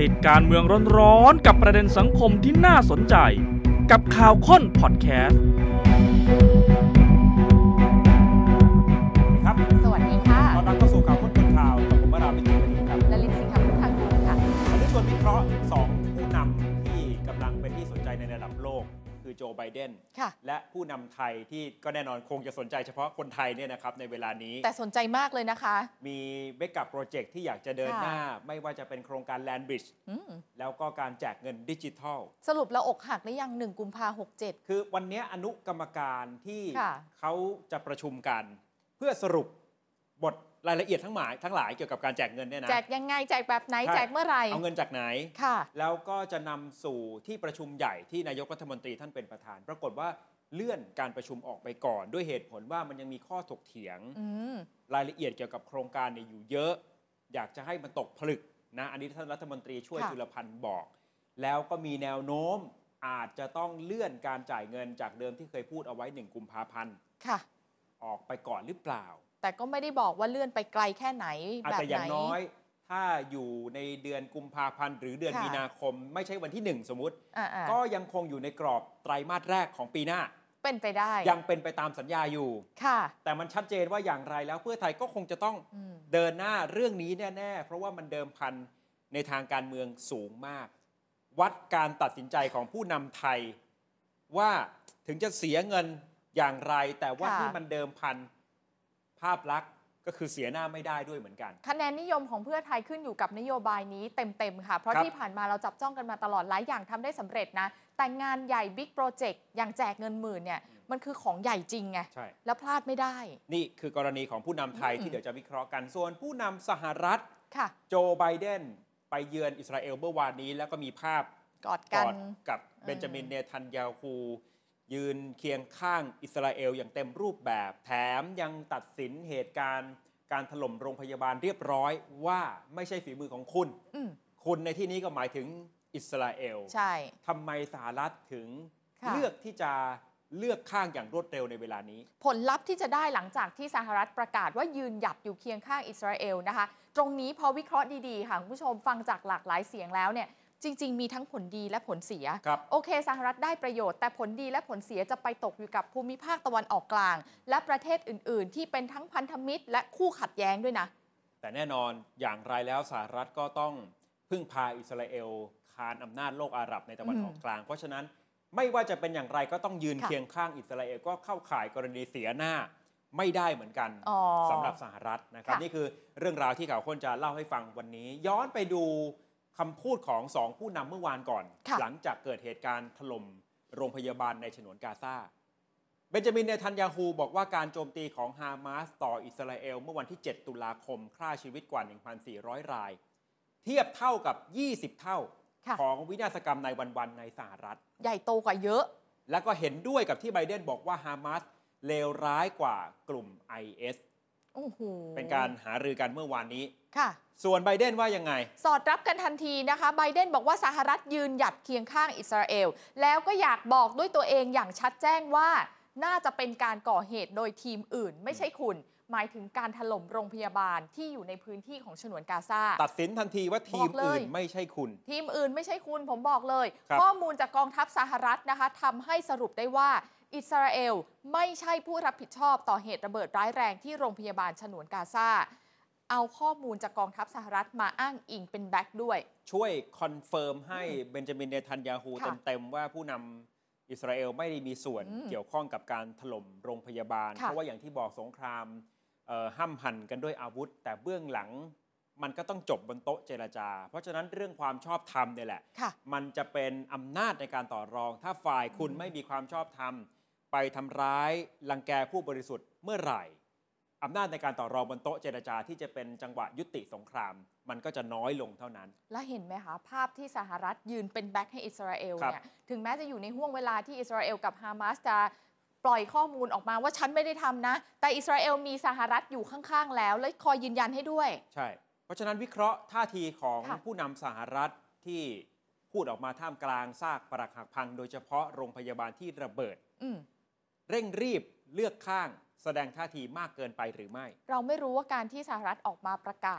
ติดการเมืองร้อนๆกับประเด็นสังคมที่น่าสนใจกับข่าวค้นพอดแคสต์ครับสวัสดีค่ะตอนรับเข้าสู่ข่าวค้นข่าวกับผมวราวิจิตรบุญครับและลินสิงห์พุทธังกูลค่ะวันนี้ชวนวิเคราะห์2ผู้นำที่กำลังเป็นที่สนใจในระดับโลกคือโจไบเดนและผู้นำไทยที่ก็แน่นอนคงจะสนใจเฉพาะคนไทยเนี่ยนะครับในเวลานี้แต่สนใจมากเลยนะคะมีเบกกับโปรเจกต์ที่อยากจะเดินหน้าไม่ว่าจะเป็นโครงการแลนด์บริดจ์แล้วก็การแจกเงินดิจิทัลสรุปแล้วอกหักหรือยัง1 กุมภาพันธ์ 67 คือวันนี้อนุกรรมการที่เขาจะประชุมกันเพื่อสรุปบทรายละเอียดทั้งหลายเกี่ยวกับการแจกเงินเนี่ยนะแจกยังไงแจกแบบไหนแจกเมื่อไหร่เอาเงินจากไหนค่ะแล้วก็จะนำสู่ที่ประชุมใหญ่ที่นายกรัฐมนตรีท่านเป็นประธานปรากฏว่าเลื่อนการประชุมออกไปก่อนด้วยเหตุผลว่ามันยังมีข้อถกเถียงรายละเอียดเกี่ยวกับโครงการเนี่ยอยู่เยอะอยากจะให้มันตกผลึกนะอันนี้ท่านรัฐมนตรีช่วยจุลพันธ์บอกแล้วก็มีแนวโน้มอาจจะต้องเลื่อนการจ่ายเงินจากเดิมที่เคยพูดเอาไว้1 กุมภาพันธ์ออกไปก่อนหรือเปล่าแต่ก็ไม่ได้บอกว่าเลื่อนไปไกลแค่ไหนแบบไหนแต่อย่างน้อยถ้าอยู่ในเดือนกุมภาพันธ์หรือเดือนมีนาคมไม่ใช่วันที่1สมมุติก็ยังคงอยู่ในกรอบไตรมาสแรกของปีหน้าเป็นไปได้ยังเป็นไปตามสัญญาอยู่แต่มันชัดเจนว่าอย่างไรแล้วเพื่อไทยก็คงจะต้องเดินหน้าเรื่องนี้แน่ๆเพราะว่ามันเดิมพันในทางการเมืองสูงมากวัดการตัดสินใจของผู้นำไทยว่าถึงจะเสียเงินอย่างไรแต่ว่าที่มันเดิมพันภาพลักษณ์ก็คือเสียหน้าไม่ได้ด้วยเหมือนกันคะแนนนิยมของเพื่อไทยขึ้นอยู่กับนโยบายนี้เต็มๆค่ะเพราะที่ผ่านมาเราจับจ้องกันมาตลอดหลายอย่างทำได้สำเร็จนะแต่งานใหญ่บิ๊กโปรเจกต์อย่างแจกเงินหมื่นเนี่ยมันคือของใหญ่จริงไงแล้วพลาดไม่ได้นี่คือกรณีของผู้นำไทยที่เดี๋ยวจะวิเคราะห์กันส่วนผู้นำสหรัฐโจไบเดนไปเยือนอิสราเอลเมื่อวานนี้แล้วก็มีภาพกอดกันกับเบนจามินเนทันยาฮูยืนเคียงข้างอิสราเอลอย่างเต็มรูปแบบแถมยังตัดสินเหตุการณ์การถล่มโรงพยาบาลเรียบร้อยว่าไม่ใช่ฝีมือของคุณในที่นี้ก็หมายถึงอิสราเอลใช่ทำไมสหรัฐถึงเลือกที่จะเลือกข้างอย่างรวดเร็วในเวลานี้ผลลัพธ์ที่จะได้หลังจากที่สหรัฐประกาศว่ายืนหยัดอยู่เคียงข้างอิสราเอลนะคะตรงนี้พอวิเคราะห์ดีๆค่ะคุณผู้ชมฟังจากหลากหลายเสียงแล้วเนี่ยจริงๆมีทั้งผลดีและผลเสียโอเคสหรัฐได้ประโยชน์แต่ผลดีและผลเสียจะไปตกอยู่กับภูมิภาคตะวันออกกลางและประเทศอื่นๆที่เป็นทั้งพันธมิตรและคู่ขัดแย้งด้วยนะแต่แน่นอนอย่างไรแล้วสหรัฐก็ต้องพึ่งพาอิสราเอลคานอำนาจโลกอาหรับในตะวันออกกลางเพราะฉะนั้นไม่ว่าจะเป็นอย่างไรก็ต้องยืนเคียงข้างอิสราเอลก็เข้าข่ายกรณีเสียหน้าไม่ได้เหมือนกันสำหรับสหรัฐนะครับนี่คือเรื่องราวที่ข่าวค้นจะเล่าให้ฟังวันนี้ย้อนไปดูคำพูดของ2ผู้นำเมื่อวานก่อนหลังจากเกิดเหตุการณ์ถล่มโรงพยาบาลในฉนวนกาซาเบนจามินเนทันยาฮูบอกว่าการโจมตีของฮามาสต่ออิสราเอลเมื่อวันที่7 ตุลาคมฆ่าชีวิตกว่า 1,400 รายเทียบเท่ากับ20 เท่าของวินาศกรรมในวันๆในสหรัฐใหญ่โตกว่าเยอะแล้วก็เห็นด้วยกับที่ไบเดนบอกว่าฮามาสเลวร้ายกว่ากลุ่ม IS เป็นการหารือกันเมื่อวานนี้ส่วนไบเดนว่ายังไงสอดรับกันทันทีนะคะไบเดนบอกว่าสหรัฐยืนหยัดเคียงข้างอิสราเอลแล้วก็อยากบอกด้วยตัวเองอย่างชัดแจ้งว่าน่าจะเป็นการก่อเหตุโดยทีมอื่นไม่ใช่คุณหมายถึงการถล่มโรงพยาบาลที่อยู่ในพื้นที่ของฉนวนกาซาตัดสินทันทีว่าทีมอื่นไม่ใช่คุณทีมอื่นไม่ใช่คุณผมบอกเลยข้อมูลจากกองทัพสหรัฐนะคะทำให้สรุปได้ว่าอิสราเอลไม่ใช่ผู้รับผิดชอบต่อเหตุระเบิดร้ายแรงที่โรงพยาบาลฉนวนกาซาเอาข้อมูลจากกองทัพสหรัฐมาอ้างอิงเป็นแบ็กด้วยช่วยคอนเฟิร์มให้เบนจามินเนทันยาฮูเต็มๆว่าผู้นำอิสราเอลไม่ได้มีส่วนเกี่ยวข้องกับการถล่มโรงพยาบาลเพราะว่าอย่างที่บอกสงครามห้ำหั่นกันด้วยอาวุธแต่เบื้องหลังมันก็ต้องจบบนโต๊ะเจรจาเพราะฉะนั้นเรื่องความชอบธรรมเนี่ยแหละมันจะเป็นอำนาจในการต่อรองถ้าฝ่ายคุณไม่มีความชอบธรรมไปทำร้ายรังแกผู้บริสุทธิ์เมื่อไหร่อำนาจในการต่อรองบนโต๊ะเจรจาที่จะเป็นจังหวะยุติสงครามมันก็จะน้อยลงเท่านั้นและเห็นไหมคะภาพที่สหรัฐยืนเป็นแบ็คให้อิสราเอลเนี่ยถึงแม้จะอยู่ในห่วงเวลาที่อิสราเอลกับฮามาสจะปล่อยข้อมูลออกมาว่าฉันไม่ได้ทำนะแต่อิสราเอลมีสหรัฐอยู่ข้างๆแล้วและคอยยืนยันให้ด้วยใช่เพราะฉะนั้นวิเคราะห์ท่าทีของผู้นำสหรัฐที่พูดออกมาท่ามกลางซากปรักหักพังโดยเฉพาะโรงพยาบาลที่ระเบิดเร่งรีบเลือกข้างแสดงท่าทีมากเกินไปหรือไม่เราไม่รู้ว่าการที่สหรัฐออกมาประกาศ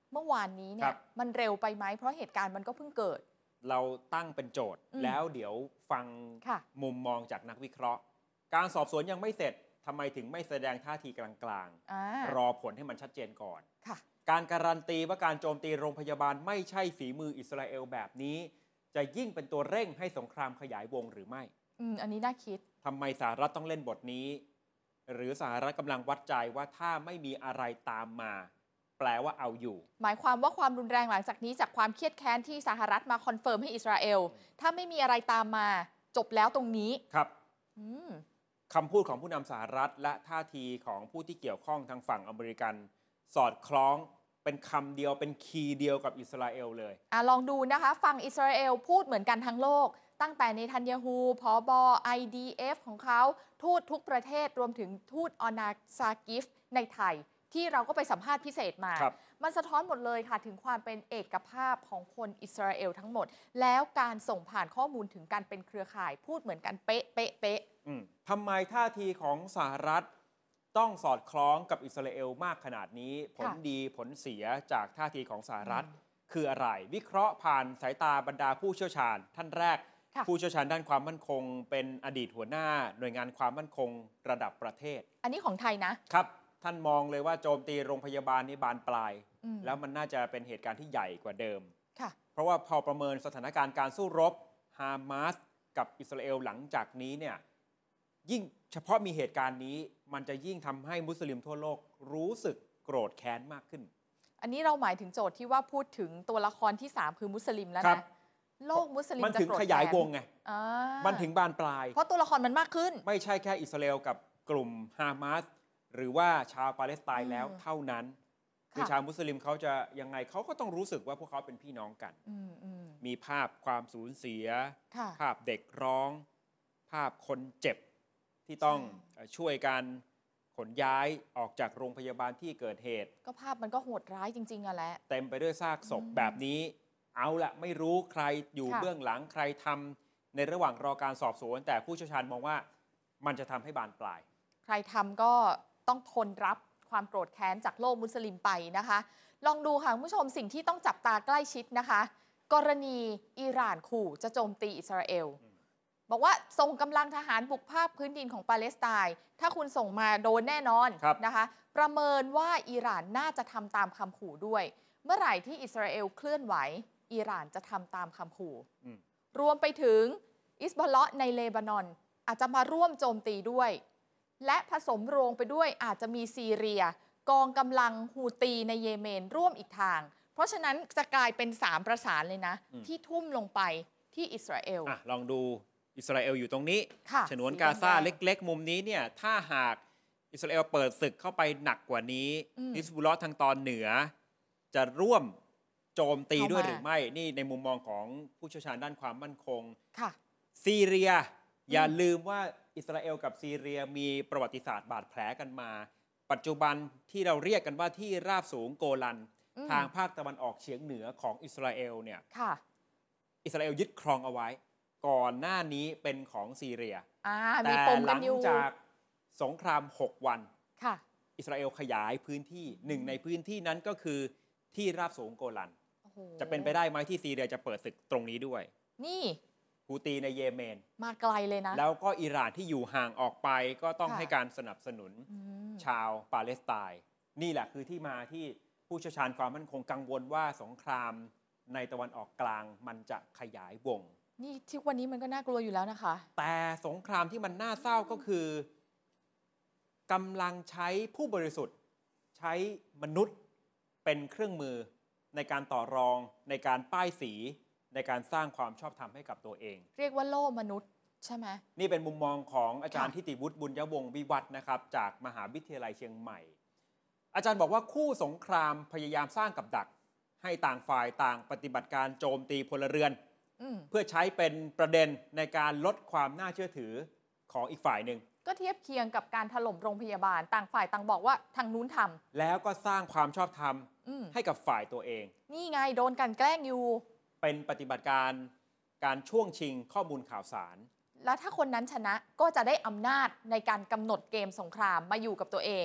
เมื่อวานนี้เนี่ยมันเร็วไปไหมเพราะเหตุการณ์มันก็เพิ่งเกิดเราตั้งเป็นโจทย์แล้วเดี๋ยวฟังมุมมองจากนักวิเคราะห์การสอบสวนยังไม่เสร็จทำไมถึงไม่แสดงท่าทีกลางๆรอผลให้มันชัดเจนก่อนการการันตีว่าการโจมตีโรงพยาบาลไม่ใช่ฝีมืออิสราเอลแบบนี้จะยิ่งเป็นตัวเร่งให้สงครามขยายวงหรือไม่อันนี้น่าคิดทำไมสหรัฐต้องเล่นบทนี้หรือสหรัฐกำลังวัดใจว่าถ้าไม่มีอะไรตามมาแปลว่าเอาอยู่หมายความว่าความรุนแรงหลังจากนี้จากความเครียดแค้นที่สหรัฐมาคอนเฟิร์มให้อิสราเอลถ้าไม่มีอะไรตามมาจบแล้วตรงนี้ครับคำพูดของผู้นำสหรัฐและท่าทีของผู้ที่เกี่ยวข้องทางฝั่งอเมริกันสอดคล้องเป็นคำเดียวเป็นคีย์เดียวกับอิสราเอลเลยลองดูนะคะฝั่งอิสราเอลพูดเหมือนกันทั้งโลกตั้งแต่เนทันยาฮูผบ. IDF ของเขาทูตทุกประเทศรวมถึงทูตอนาซากิฟในไทยที่เราก็ไปสัมภาษณ์พิเศษมามันสะท้อนหมดเลยค่ะถึงความเป็นเอกภาพของคนอิสราเอลทั้งหมดแล้วการส่งผ่านข้อมูลถึงการเป็นเครือข่ายพูดเหมือนกันเป๊ะเป๊ะเป๊ะทำไมท่าทีของสหรัฐต้องสอดคล้องกับอิสราเอลมากขนาดนี้ผลดีผลเสียจากท่าทีของสหรัฐคืออะไรวิเคราะห์ผ่านสายตาบรรดาผู้เชี่ยวชาญท่านแรกผู้เชี่ยวชาญด้านความมั่นคงเป็นอดีตหัวหน้าหน่วยงานความมั่นคงระดับประเทศอันนี้ของไทยนะครับท่านมองเลยว่าโจมตีโรงพยาบาลนี้บานปลายแล้วมันน่าจะเป็นเหตุการณ์ที่ใหญ่กว่าเดิมเพราะว่าพอประเมินสถานการณ์การสู้รบฮามาสกับอิสราเอลหลังจากนี้เนี่ยยิ่งเฉพาะมีเหตุการณ์นี้มันจะยิ่งทำให้มุสลิมทั่วโลกรู้สึกโกรธแค้นมากขึ้นอันนี้เราหมายถึงโจทย์ที่ว่าพูดถึงตัวละครที่3คือมุสลิมแล้วนะโลกมุสลิมมันถึงขยายวงไงมันถึงบานปลายเพราะตัวละครมันมากขึ้นไม่ใช่แค่อิสราเอลกับกลุ่มฮามาสหรือว่าชาวปาเลสไตน์แล้วเท่านั้นคือชาวมุสลิมเขาจะยังไงเขาก็ต้องรู้สึกว่าพวกเขาเป็นพี่น้องกันมีภาพความสูญเสียภาพเด็กร้องภาพคนเจ็บที่ต้องช่วยกันขนย้ายออกจากโรงพยาบาลที่เกิดเหตุก็ภาพมันก็โหดร้ายจริงๆอะแหละเต็มไปด้วยซากศพแบบนี้เอาละไม่รู้ใครอยู่เบื้องหลังใครทำในระหว่างรอการสอบสวนแต่ผู้เชี่ยวชาญมองว่ามันจะทำให้บานปลายใครทำก็ต้องทนรับความโกรธแค้นจากโลกมุสลิมไปนะคะลองดูค่ะคุณผู้ชมสิ่งที่ต้องจับตาใกล้ชิดนะคะกรณีอิหร่านขู่จะโจมตีอิสราเอลบอกว่าส่งกำลังทหารบุกภาคพื้นดินของปาเลสไตน์ถ้าคุณส่งมาโดนแน่นอนนะคะประเมินว่าอิหร่านน่าจะทำตามคำขู่ด้วยเมื่อไหร่ที่อิสราเอลเคลื่อนไหวอิหร่านจะทำตามคำขู่รวมไปถึงอิสบอลเลาะห์ในเลบานอนอาจจะมาร่วมโจมตีด้วยและผสมโรงไปด้วยอาจจะมีซีเรียกองกำลังฮูตีในเยเมนร่วมอีกทางเพราะฉะนั้นจะกลายเป็น3ประสานเลยนะที่ทุ่มลงไปที่อิสราเอลลองดูอิสราเอลอยู่ตรงนี้ฉนวนกาซาเล็กๆมุมนี้เนี่ยถ้าหากอิสราเอลเปิดศึกเข้าไปหนักกว่านี้ฮิซบุลลอฮ์ทางตอนเหนือจะร่วมโจมตีด้วยหรือไม่นี่ในมุมมองของผู้เชี่ยวชาญด้านความมั่นคงซีเรียอย่าลืมว่าอิสราเอลกับซีเรียมีประวัติศาสตร์บาดแผลกันมาปัจจุบันที่เราเรียกกันว่าที่ราบสูงโกลันทางภาคตะวันออกเฉียงเหนือของอิสราเอลเนี่ยอิสราเอลยึดครองเอาไว้ก่อนหน้านี้เป็นของซีเรียแต่หลังจากสงคราม6วันอิสราเอลขยายพื้นที่หนึ่งในพื้นที่นั้นก็คือที่ราบสูงโกลันจะเป็นไปได้ไหมที่ซีเรียจะเปิดศึกตรงนี้ด้วยนี่ฮูตีในเยเมนมาไกลเลยนะแล้วก็อิหร่านที่อยู่ห่างออกไปก็ต้องให้การสนับสนุนชาวปาเลสไตน์นี่แหละคือที่มาที่ผู้เชี่ยวชาญความมั่นคงกังวลว่าสงครามในตะวันออกกลางมันจะขยายวงนี่ที่วันนี้มันก็น่ากลัวอยู่แล้วนะคะแต่สงครามที่มันน่าเศร้าก็คือกำลังใช้ผู้บริสุทธิ์ใช้มนุษย์เป็นเครื่องมือในการต่อรองในการป้ายสีในการสร้างความชอบธรรมให้กับตัวเองเรียกว่าโล่มนุษย์ใช่ไหมนี่เป็นมุมมองของอาจารย์ทิติวุฒิบุญยวงศ์วิวัฒน์นะครับจากมหาวิทยาลัยเชียงใหม่อาจารย์บอกว่าคู่สงครามพยายามสร้างกับดักให้ต่างฝ่ายต่างปฏิบัติการโจมตีพลเรือนเพื่อใช้เป็นประเด็นในการลดความน่าเชื่อถือของอีกฝ่ายหนึ่งก็เทียบเคียงกับการถล่มโรงพยาบาลต่างฝ่ายต่างบอกว่าทางนู้นทำแล้วก็สร้างความชอบธรรมให้กับฝ่ายตัวเองนี่ไงโดนกันแกล้งอยู่เป็นปฏิบัติการช่วงชิงข้อมูลข่าวสารแล้วถ้าคนนั้นชนะก็จะได้อำนาจในการกำหนดเกมสงครามมาอยู่กับตัวเอง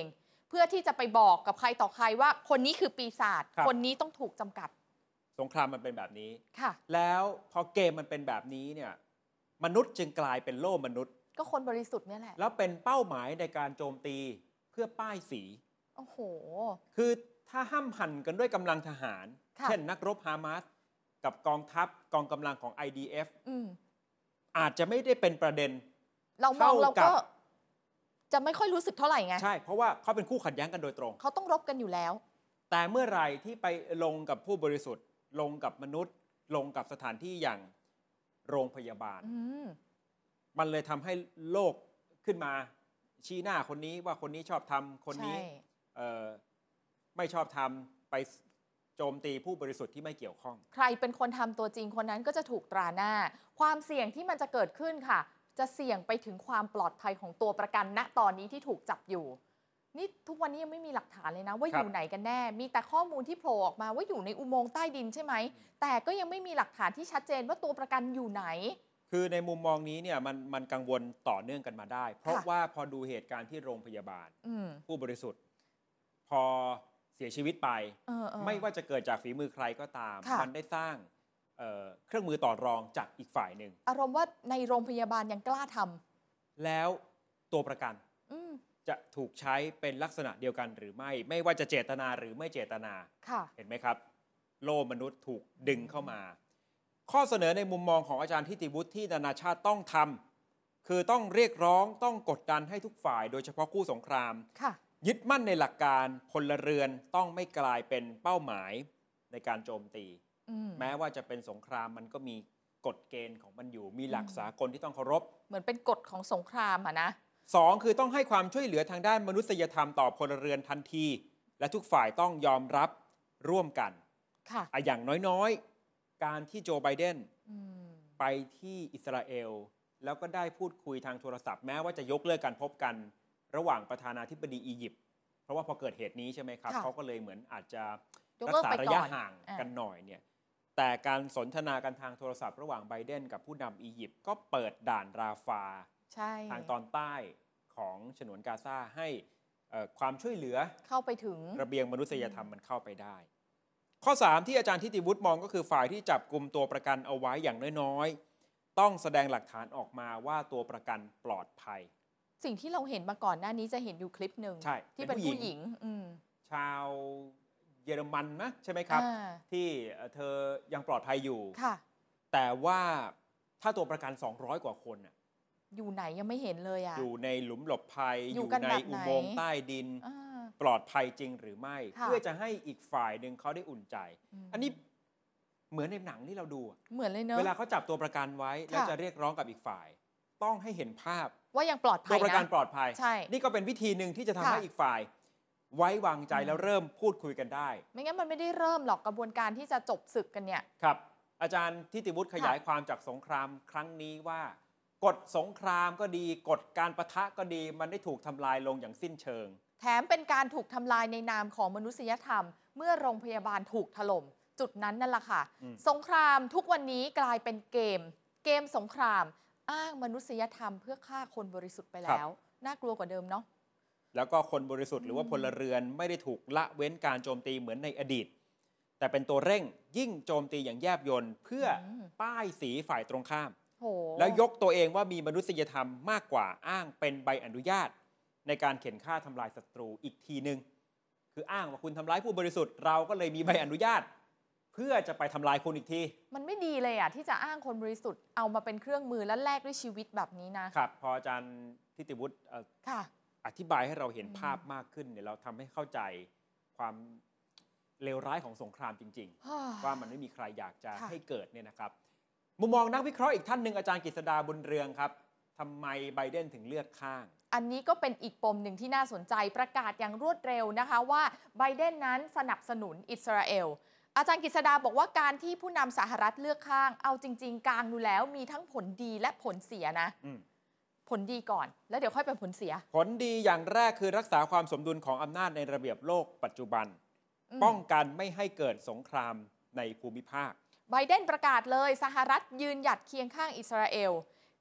เพื่อที่จะไปบอกกับใครต่อใครว่าคนนี้คือปีศาจ คนนี้ต้องถูกจำกัดสงครามมันเป็นแบบนี้ค่ะแล้วพอเกมมันเป็นแบบนี้เนี่ยมนุษย์จึงกลายเป็นโล่มนุษย์ก็คนบริสุทธิ์เนี่ยแหละแล้วเป็นเป้าหมายในการโจมตีเพื่อป้ายสีโอ้โหคือถ้าห้ามหันกันด้วยกำลังทหารเช่นนักรบฮามาสกับกองทัพกองกำลังของ IDF อาจจะไม่ได้เป็นประเด็นเรามองเราก็จะไม่ค่อยรู้สึกเท่าไหร่ไงใช่เพราะว่าเขาเป็นคู่ขัดแย้งกันโดยตรงเขาต้องรบกันอยู่แล้วแต่เมื่อไหร่ที่ไปลงกับผู้บริสุทธิ์ลงกับมนุษย์ลงกับสถานที่อย่างโรงพยาบาลมันเลยทำให้โลกขึ้นมาชี้หน้าคนนี้ว่าคนนี้ชอบทำคนนี้ไม่ชอบทำไปโจมตีผู้บริสุทธิ์ที่ไม่เกี่ยวข้องใครเป็นคนทำตัวจริงคนนั้นก็จะถูกตราหน้าความเสี่ยงที่มันจะเกิดขึ้นค่ะจะเสี่ยงไปถึงความปลอดภัยของตัวประกันณตอนนี้ที่ถูกจับอยู่นี่ทุกวันนี้ยังไม่มีหลักฐานเลยนะว่าอยู่ไหนกันแน่มีแต่ข้อมูลที่โผล่ออกมาว่าอยู่ในอุโมงค์ใต้ดินใช่ไหมแต่ก็ยังไม่มีหลักฐานที่ชัดเจนว่าตัวประกันอยู่ไหนคือในมุมมองนี้เนี่ยมันกังวลต่อเนื่องกันมาได้เพราะว่าพอดูเหตุการณ์ที่โรงพยาบาลผู้บริสุทธิ์พอเสียชีวิตไปไม่ว่าจะเกิดจากฝีมือใครก็ตามมันได้สร้างเครื่องมือต่อรองจากอีกฝ่ายหนึ่งอารมณ์ว่าในโรงพยาบาลยังกล้าทำแล้วตัวประกันจะถูกใช้เป็นลักษณะเดียวกันหรือไม่ว่าจะเจตนาหรือไม่เจตนาเห็นไหมครับโลกมนุษย์ถูกดึงเข้ามาข้อเสนอในมุมมองของอาจารย์ทิติวุฒิที่นานาชาติต้องทำคือต้องเรียกร้องต้องกดดันให้ทุกฝ่ายโดยเฉพาะคู่สงครามยึดมั่นในหลักการพลเรือนต้องไม่กลายเป็นเป้าหมายในการโจมตีแม้ว่าจะเป็นสงครามมันก็มีกฎเกณฑ์ของมันอยู่มีหลักสากลที่ต้องเคารพเหมือนเป็นกฎของสงครามอะนะ 2คือต้องให้ความช่วยเหลือทางด้านมนุษยธรรมต่อพลเรือนทันทีและทุกฝ่ายต้องยอมรับร่วมกันอย่างน้อยๆการที่โจไบเดนไปที่อิสราเอลแล้วก็ได้พูดคุยทางโทรศัพท์แม้ว่าจะยกเลิกการพบกันระหว่างประธานาธิบดีอียิปต์เพราะว่าพอเกิดเหตุนี้ใช่ไหมครับเขาก็เลยเหมือนอาจจะรักษาระยะห่างกันหน่อยเนี่ยแต่การสนทนากันทางโทรศัพท์ระหว่างไบเดนกับผู้นำอียิปต์ก็เปิดด่านราฟาทางตอนใต้ของฉนวนกาซาให้ความช่วยเหลือเข้าไปถึงระเบียงมนุษยธรรมมันเข้าไปได้ข้อ3ที่อาจารย์ทิติวุฒิมองก็คือฝ่ายที่จับกุมตัวประกันเอาไว้อย่างน้อยๆต้องแสดงหลักฐานออกมาว่าตัวประกันปลอดภัยสิ่งที่เราเห็นมาก่อนหน้านี้จะเห็นอยู่คลิปหนึ่งที่เป็นผู้หญิงชาวเยอรมันนะใช่ไหมครับที่เธอยังปลอดภัยอยู่แต่ว่าถ้าตัวประกัน200 กว่าคนอยู่ไหนยังไม่เห็นเลยอยู่ในหลุมหลบภัยอยู่ในอุโมงค์ใต้ดินปลอดภัยจริงหรือไม่เพื่อจะให้อีกฝ่ายหนึ่งเขาได้อุ่นใจอันนี้เหมือนในหนังที่เราดูเหมือนเลยเนอะเวลาเขาจับตัวประกันไว้แล้วจะเรียกร้องกับอีกฝ่ายต้องให้เห็นภาพว่ายังปลอดภัยตัวประกันปลอดภัยนี่ก็เป็นวิธีหนึ่งที่จะทำให้อีกฝ่ายไว้วางใจแล้วเริ่มพูดคุยกันได้ไม่งั้นมันไม่ได้เริ่มหรอกกระบวนการที่จะจบศึกกันเนี่ยครับอาจารย์ทิติวุฒิขยายความจากสงครามครั้งนี้ว่ากฎสงครามก็ดีกฎการปะทะก็ดีมันได้ถูกทำลายลงอย่างสิ้นเชิงแถมเป็นการถูกทำลายในนามของมนุษยธรรมเมื่อโรงพยาบาลถูกถล่มจุดนั้นนั่นแหละค่ะสงครามทุกวันนี้กลายเป็นเกมสงครามอ้างมนุษยธรรมเพื่อฆ่าคนบริสุทธิ์ไปแล้วน่ากลัวกว่าเดิมเนาะแล้วก็คนบริสุทธิ์หรือว่าพลเรือนไม่ได้ถูกละเว้นการโจมตีเหมือนในอดีตแต่เป็นตัวเร่งยิ่งโจมตีอย่างแยบยลเพื่อป้ายสีฝ่ายตรงข้ามแล้วยกตัวเองว่ามีมนุษยธรรมมากกว่าอ้างเป็นใบอนุญาตในการเข็นฆ่าทำลายศัตรูอีกทีนึงคืออ้างว่าคุณทำร้ายผู้บริสุทธิ์เราก็เลยมีใบอนุญาตเพื่อจะไปทำลายคุณอีกทีมันไม่ดีเลยที่จะอ้างคนบริสุทธิ์เอามาเป็นเครื่องมือและแลกด้วยชีวิตแบบนี้นะครับพออาจารย์ทิติวุฒิอธิบายให้เราเห็นภาพมากขึ้นเนี่ยเราทำให้เข้าใจความเลวร้ายของสงครามจริงๆว่ามันไม่มีใครอยากจะให้เกิดเนี่ยนะครับมุมมองนักวิเคราะห์อีกท่านหนึ่งอาจารย์กฤษดาบุญเรืองครับทำไมไบเดนถึงเลือกข้างอันนี้ก็เป็นอีกปมหนึ่งที่น่าสนใจประกาศอย่างรวดเร็วนะคะว่าไบเดนนั้นสนับสนุนอิสราเอลอาจารย์กฤษดาบอกว่าการที่ผู้นำสหรัฐเลือกข้างเอาจริงๆกลางดูแล้วมีทั้งผลดีและผลเสียนะผลดีก่อนแล้วเดี๋ยวค่อยเป็นผลเสียผลดีอย่างแรกคือรักษาความสมดุลของอำนาจในระเบียบโลกปัจจุบันป้องกันไม่ให้เกิดสงครามในภูมิภาคไบเดนประกาศเลยสหรัฐยืนหยัดเคียงข้างอิสราเอล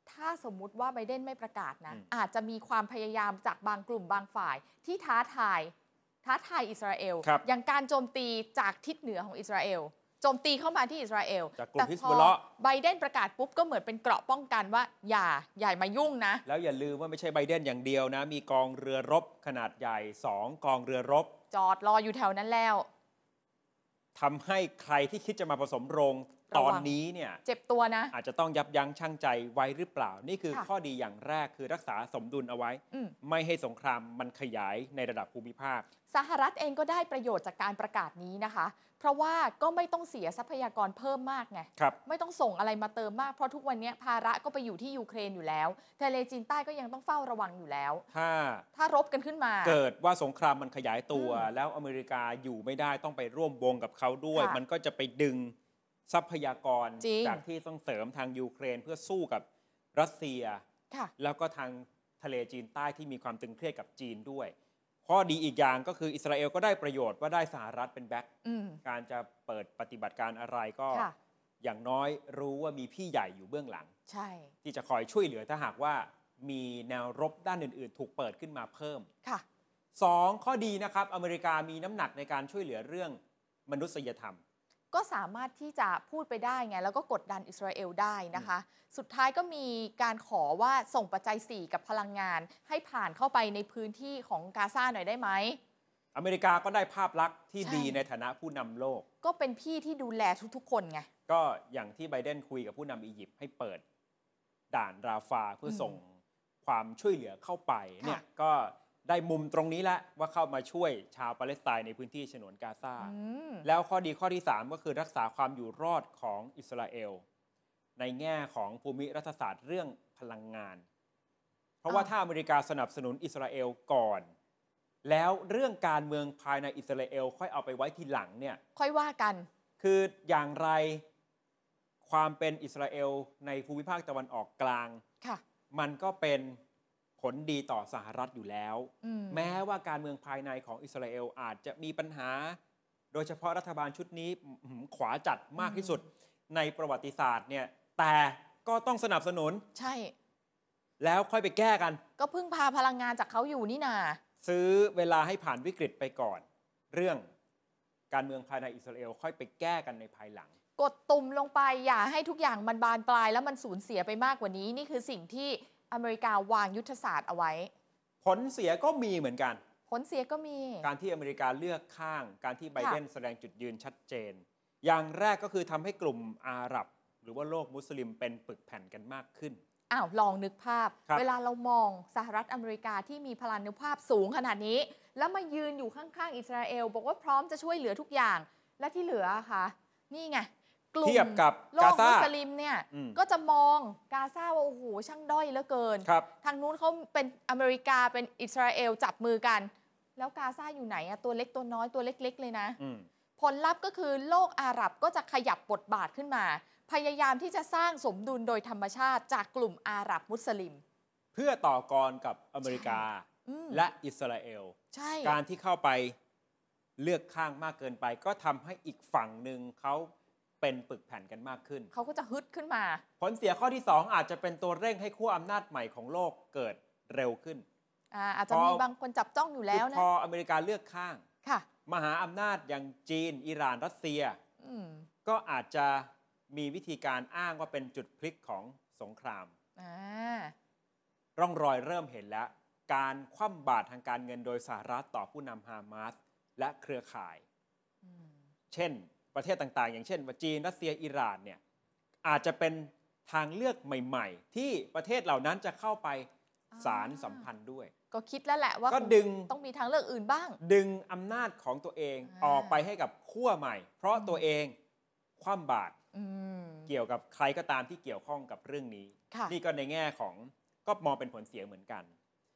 ถ้าสมมุติว่าไบเดนไม่ประกาศนะอาจจะมีความพยายามจากบางกลุ่มบางฝ่ายที่ท้าทายอิสราเอลอย่างการโจมตีจากทิศเหนือของอิสราเอลโจมตีเข้ามาที่อิสราเอลแต่พอไบเดนประกาศปุ๊บก็เหมือนเป็นเกราะป้องกันว่าอย่ามายุ่งนะแล้วอย่าลืมว่าไม่ใช่ไบเดนอย่างเดียวนะมีกองเรือรบขนาดใหญ่2กองเรือรบจอดรออยู่แถวนั้นแล้วทำให้ใครที่คิดจะมาผสมโรงตอนนี้เนี่ยเจ็บตัวนะอาจจะต้องยับยั้งชั่งใจไว้หรือเปล่านี่คือข้อดีอย่างแรกคือรักษาสมดุลเอาไว้ไม่ให้สงครามมันขยายในระดับภูมิภาคสหรัฐเองก็ได้ประโยชน์จากการประกาศนี้นะคะเพราะว่าก็ไม่ต้องเสียทรัพยากรเพิ่มมากไงไม่ต้องส่งอะไรมาเติมมากเพราะทุกวันนี้ภาระก็ไปอยู่ที่ยูเครนอยู่แล้วทะเลจีนใต้ก็ยังต้องเฝ้าระวังอยู่แล้วถ้ารบกันขึ้นมาเกิดว่าสงครามมันขยายตัวแล้วอเมริกาอยู่ไม่ได้ต้องไปร่วมวงกับเขาด้วยมันก็จะไปดึงทรัพยากรจากที่ต้องเสริมทางยูเครนเพื่อสู้กับรัสเซียแล้วก็ทางทะเลจีนใต้ที่มีความตึงเครียดกับจีนด้วยข้อดีอีกอย่างก็คืออิสราเอลก็ได้ประโยชน์ว่าได้สหรัฐเป็นแบ็คการจะเปิดปฏิบัติการอะไรก็อย่างน้อยรู้ว่ามีพี่ใหญ่อยู่เบื้องหลังที่จะคอยช่วยเหลือถ้าหากว่ามีแนวรบด้านอื่นๆถูกเปิดขึ้นมาเพิ่ม2ข้อดีนะครับอเมริกามีน้ำหนักในการช่วยเหลือเรื่องมนุษยธรรมก็สามารถที่จะพูดไปได้ไงแล้วก็กดดันอิสราเอลได้นะคะสุดท้ายก็มีการขอว่าส่งปัจจัย4กับพลังงานให้ผ่านเข้าไปในพื้นที่ของกาซาหน่อยได้ไหมอเมริกาก็ได้ภาพลักษณ์ที่ดีในฐานะผู้นำโลกก็เป็นพี่ที่ดูแลทุกๆคนไงก็อย่างที่ไบเดนคุยกับผู้นำอียิปต์ให้เปิดด่านราฟาเพื่อส่งความช่วยเหลือเข้าไปเนี่ยก็ได้มุมตรงนี้แหละว่าเข้ามาช่วยชาวปาเลสไตน์ในพื้นที่ฉนวนกาซาแล้วข้อดีข้อที่3ก็คือรักษาความอยู่รอดของอิสราเอลในแง่ของภูมิรัฐศาสตร์เรื่องพลังงานเพราะว่าถ้าอเมริกาสนับสนุนอิสราเอลก่อนแล้วเรื่องการเมืองภายในอิสราเอลค่อยเอาไปไว้ทีหลังเนี่ยค่อยว่ากันคืออย่างไรความเป็นอิสราเอลในภูมิภาคตะวันออกกลางมันก็เป็นผลดีต่อสหรัฐอยู่แล้วแม้ว่าการเมืองภายในของอิสราเอลอาจจะมีปัญหาโดยเฉพาะรัฐบาลชุดนี้ขวาจัดมากที่สุดในประวัติศาสตร์เนี่ยแต่ก็ต้องสนับสนุนใช่แล้วค่อยไปแก้กันก็พึ่งพาพลังงานจากเขาอยู่นี่นาซื้อเวลาให้ผ่านวิกฤตไปก่อนเรื่องการเมืองภายในอิสราเอลค่อยไปแก้กันในภายหลังกดตุ่มลงไปอย่าให้ทุกอย่างมันบานปลายแล้วมันสูญเสียไปมากกว่านี้นี่คือสิ่งที่อเมริกาวางยุทธศาสตร์เอาไว้ผลเสียก็มีเหมือนกันผลเสียก็มีการที่อเมริกาเลือกข้างการที่ไบเดนแสดงจุดยืนชัดเจนอย่างแรกก็คือทำให้กลุ่มอาหรับหรือว่าโลกมุสลิมเป็นปึกแผ่นกันมากขึ้นลองนึกภาพเวลาเรามองสหรัฐอเมริกาที่มีพลานุภาพสูงขนาดนี้แล้วมายืนอยู่ข้างๆอิสราเอลบอกว่าพร้อมจะช่วยเหลือทุกอย่างและที่เหลือค่ะนี่ไงกลุ่มโลกมุสลิมเนี่ยก็จะมองกาซาว่าโอ้โหช่างด้อยเหลือเกินทางนู้นเขาเป็นอเมริกาเป็นอิสราเอลจับมือกันแล้วกาซาอยู่ไหนอะตัวเล็กตัวน้อยตัวเล็กๆเลยนะผลลัพธ์ก็คือโลกอาหรับก็จะขยับบทบาทขึ้นมาพยายามที่จะสร้างสมดุลโดยธรรมชาติจากกลุ่มอาหรับมุสลิมเพื่อต่อกรกับอเมริกาและอิสราเอลการที่เข้าไปเลือกข้างมากเกินไปก็ทำให้อีกฝั่งหนึ่งเขาเป็นปึกแผ่นกันมากขึ้นเขาก็จะฮึดขึ้นมาผลเสียข้อที่2อาจจะเป็นตัวเร่งให้ขั้วอำนาจใหม่ของโลกเกิดเร็วขึ้นอาจจะมีบางคนจับจ้องอยู่แล้วนะพออเมริกาเลือกข้างมหาอำนาจอย่างจีนอิหร่านรัสเซียก็อาจจะมีวิธีการอ้างว่าเป็นจุดพลิกของสงครามร่องรอยเริ่มเห็นแล้วการคว่ำบาตรทางการเงินโดยสหรัฐต่อผู้นำฮามาสและเครือข่ายเช่นประเทศต่างๆอย่างเช่นจีนรัสเซียอิหร่านเนี่ยอาจจะเป็นทางเลือกใหม่ๆที่ประเทศเหล่านั้นจะเข้าไปสารสัมพันธ์ด้วยก็คิดแล้วแหละว่าก็ดึงต้องมีทางเลือกอื่นบ้างดึงอำนาจของตัวเองออกไปให้กับขั้วใหม่เพราะตัวเองคว่ำบาตรเกี่ยวกับใครก็ตามที่เกี่ยวข้องกับเรื่องนี้นี่ก็ในแง่ของก็มองเป็นผลเสียเหมือนกัน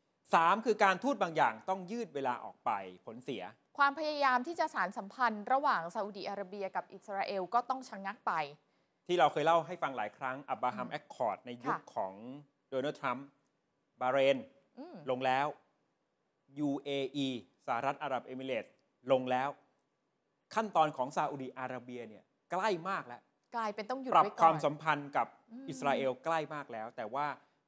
3คือการทูตบางอย่างต้องยืดเวลาออกไปผลเสียความพยายามที่จะสานสัมพันธ์ระหว่างซาอุดิอาระเบียกับอิสราเอลก็ต้องชะงักไปที่เราเคยเล่าให้ฟังหลายครั้งอับราฮัมแอคคอร์ดในยุคของโดนัลด์ทรัมป์บาห์เรนลงแล้ว UAE สหรัฐอาหรับเอมิเรตส์ลงแล้วขั้นตอนของซาอุดิอาระเบียเนี่ยใกล้มากแล้วกลายเป็นต้องหยุดปรับความสัมพันธ์กับอิสราเอลใกล้มากแล้วแต่ว่า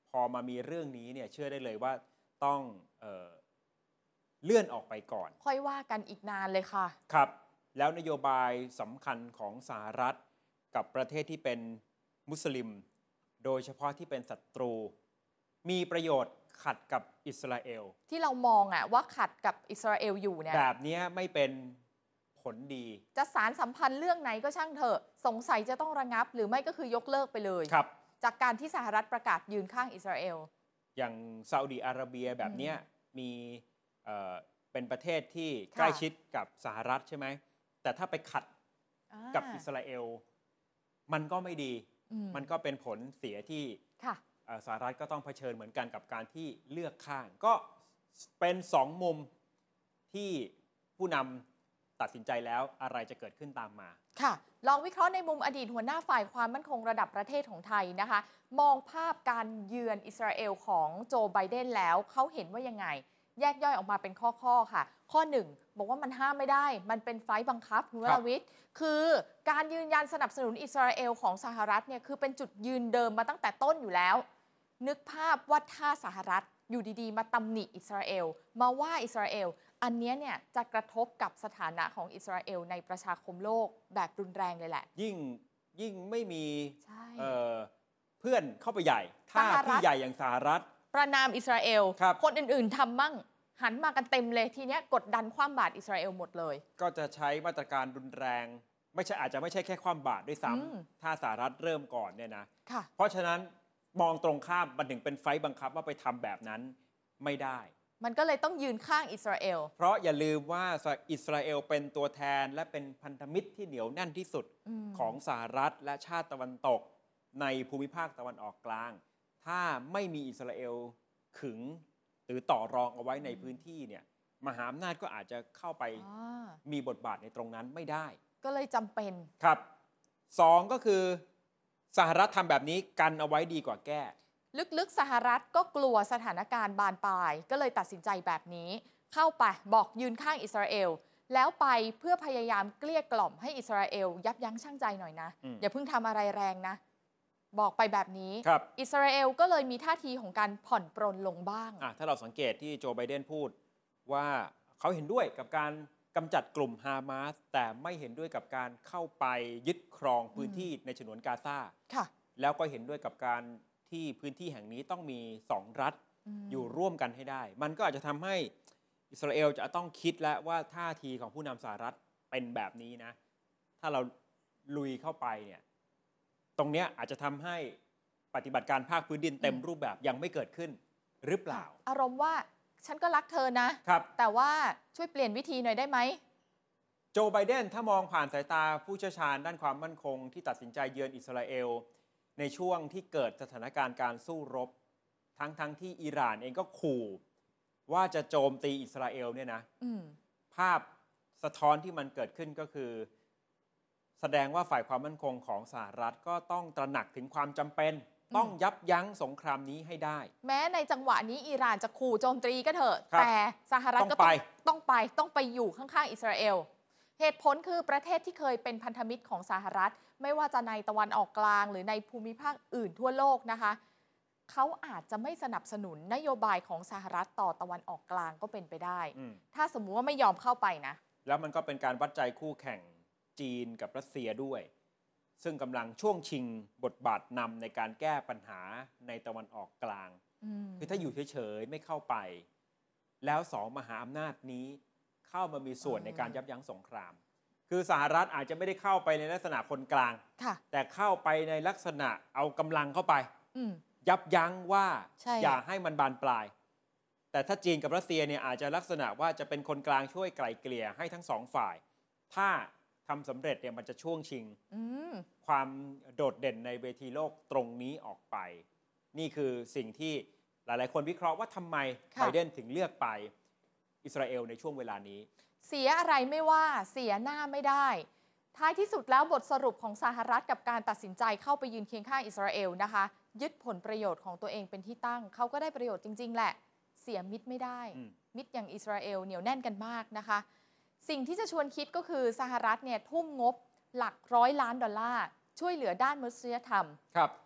พอมามีเรื่องนี้เนี่ยเชื่อได้เลยว่าต้องเลื่อนออกไปก่อนค่อยว่ากันอีกนานเลยค่ะครับแล้วนโยบายสำคัญของสหรัฐกับประเทศที่เป็นมุสลิมโดยเฉพาะที่เป็นศัตรูมีประโยชน์ขัดกับอิสราเอลที่เรามองว่าขัดกับอิสราเอลอยู่เนี่ยแบบนี้ไม่เป็นผลดีจะสารสัมพันธ์เรื่องไหนก็ช่างเถอะสงสัยจะต้องระงับหรือไม่ก็คือยกเลิกไปเลยครับจากการที่สหรัฐประกาศยืนข้างอิสราเอลอย่างซาอุดิอาระเบียแบบนี้มีเป็นประเทศที่ใกล้ชิดกับสหรัฐใช่ไหมแต่ถ้าไปขัดกับอิสราเอลมันก็ไม่ดีมันก็เป็นผลเสียที่สหรัฐก็ต้องเผชิญเหมือนกันกับการที่เลือกข้างก็เป็นสองมุมที่ผู้นำตัดสินใจแล้วอะไรจะเกิดขึ้นตามมาค่ะลองวิเคราะห์ในมุมอดีตหัวหน้าฝ่ายความมั่นคงระดับประเทศของไทยนะคะมองภาพการเยือนอิสราเอลของโจไบเดนแล้วเขาเห็นว่ายังไงแยกย่อยออกมาเป็นข้อค่ะข้อ1บอกว่ามันห้ามไม่ได้มันเป็นไฟล์บังคับคุณวรวิทย์คือการยืนยันสนับสนุนอิสราเอลของสหรัฐเนี่ยคือเป็นจุดยืนเดิมมาตั้งแต่ต้นอยู่แล้วนึกภาพว่าถ้าสหรัฐอยู่ดีๆมาตำหนิอิสราเอลมาว่าอิสราเอลอันนี้เนี่ยจะกระทบกับสถานะของอิสราเอลในประชาคมโลกแบบรุนแรงเลยแหละยิ่งไม่มีเพื่อนเข้าไปใหญ่ถ้าพี่ใหญ่อย่างสหรัฐประนามอิสราเอลคนอื่นๆทำมั่งหันมากันเต็มเลยทีนี้กดดันคว่ำบาตรอิสราเอลหมดเลยก็จะใช้มาตรการรุนแรงอาจจะไม่ใช่แค่คว่ำบาตรด้วยซ้ำถ้าสหรัฐเริ่มก่อนเนี่ยนะเพราะฉะนั้นมองตรงข้ามมันถึงเป็นไฟล์บังคับว่าไปทำแบบนั้นไม่ได้มันก็เลยต้องยืนข้างอิสราเอลเพราะอย่าลืมว่าอิสราเอลเป็นตัวแทนและเป็นพันธมิตรที่เหนียวแน่นที่สุดของสหรัฐและชาติตะวันตกในภูมิภาคตะวันออกกลางถ้าไม่มีอิสราเอลขึงหรือต่อรองเอาไว้ในพื้นที่เนี่ยมหาอำนาจก็อาจจะเข้าไปมีบทบาทในตรงนั้นไม่ได้ก็เลยจำเป็นครับ2ก็คือสหรัฐทำแบบนี้กันเอาไว้ดีกว่าแก้ลึกๆสหรัฐก็กลัวสถานการณ์บานปลายก็เลยตัดสินใจแบบนี้เข้าไปบอกยืนข้างอิสราเอลแล้วไปเพื่อพยายามเกลี้ยกล่อมให้อิสราเอลยับยั้งชั่งใจหน่อยนะอย่าเพิ่งทำอะไรแรงนะบอกไปแบบนี้อิสราเอลก็เลยมีท่าทีของการผ่อนปรนลงบ้างถ้าเราสังเกตที่โจไบเดนพูดว่าเขาเห็นด้วยกับการกำจัดกลุ่มฮามาสแต่ไม่เห็นด้วยกับการเข้าไปยึดครองพื้นที่ในฉนวนกาซาแล้วก็เห็นด้วยกับการที่พื้นที่แห่งนี้ต้องมี2รัฐอยู่ร่วมกันให้ได้มันก็อาจจะทำให้อิสราเอลจะต้องคิดแล้วว่าท่าทีของผู้นำสหรัฐเป็นแบบนี้นะถ้าเราลุยเข้าไปเนี่ยตรงเนี้ยอาจจะทำให้ปฏิบัติการภาคพื้นดินเต็มรูปแบบยังไม่เกิดขึ้นหรือเปล่าอารมณ์ว่าฉันก็รักเธอนะครับแต่ว่าช่วยเปลี่ยนวิธีหน่อยได้ไหมโจไบเดนถ้ามองผ่านสายตาผู้เชี่ยวชาญด้านความมั่นคงที่ตัดสินใจเยือนอิสราเอลในช่วงที่เกิดสถานการณ์การสู้รบทั้งที่อิหร่านเองก็ขู่ว่าจะโจมตีอิสราเอลเนี่ยนะภาพสะท้อนที่มันเกิดขึ้นก็คือแสดงว่าฝ่ายความมั่นคงของสหรัฐก็ต้องตระหนักถึงความจำเป็นต้องยับยั้งสงครามนี้ให้ได้แม้ในจังหวะนี้อิหร่านจะขู่โจมตีก็เถอะแต่สหรัฐก็ต้องไปอยู่ข้างๆอิสราเอลเหตุผลคือประเทศที่เคยเป็นพันธมิตรของสหรัฐไม่ว่าจะในตะวันออกกลางหรือในภูมิภาคอื่นทั่วโลกนะคะเขาอาจจะไม่สนับสนุนนโยบายของสหรัฐต่อตะวันออกกลางก็เป็นไปได้ถ้าสมมุติว่าไม่ยอมเข้าไปนะแล้วมันก็เป็นการวัดใจคู่แข่งจีนกับรัสเซียด้วยซึ่งกำลังช่วงชิงบทบาทนำในการแก้ปัญหาในตะวันออกกลางคือถ้าอยู่เฉยๆไม่เข้าไปแล้ว2มหาอำนาจนี้เข้ามามีส่วนในการยับยั้งสงครามคือสหรัฐอาจจะไม่ได้เข้าไปในลักษณะคนกลางแต่เข้าไปในลักษณะเอากำลังเข้าไปยับยั้งว่าอย่าให้มันบานปลายแต่ถ้าจีนกับรัสเซียเนี่ยอาจจะลักษณะว่าจะเป็นคนกลางช่วยไกล่เกลี่ยให้ทั้ง2ฝ่ายถ้าทำสำเร็จเนี่ยมันจะช่วงชิงความโดดเด่นในเวทีโลกตรงนี้ออกไปนี่คือสิ่งที่หลายๆคนวิเคราะห์ว่าทำไมไบเดนถึงเลือกไปอิสราเอลในช่วงเวลานี้เสียอะไรไม่ว่าเสียหน้าไม่ได้ท้ายที่สุดแล้วบทสรุปของสหรัฐกับการตัดสินใจเข้าไปยืนเคียงข้างอิสราเอลนะคะยึดผลประโยชน์ของตัวเองเป็นที่ตั้งเขาก็ได้ประโยชน์จริงๆแหละเสียมิตรไม่ได้มิตรอย่างอิสราเอลเหนียวแน่นกันมากนะคะสิ่งที่จะชวนคิดก็คือสหรัฐเนี่ยทุ่มงบหลัก100 ล้านดอลลาร์ช่วยเหลือด้านมนุษยธรรมครับ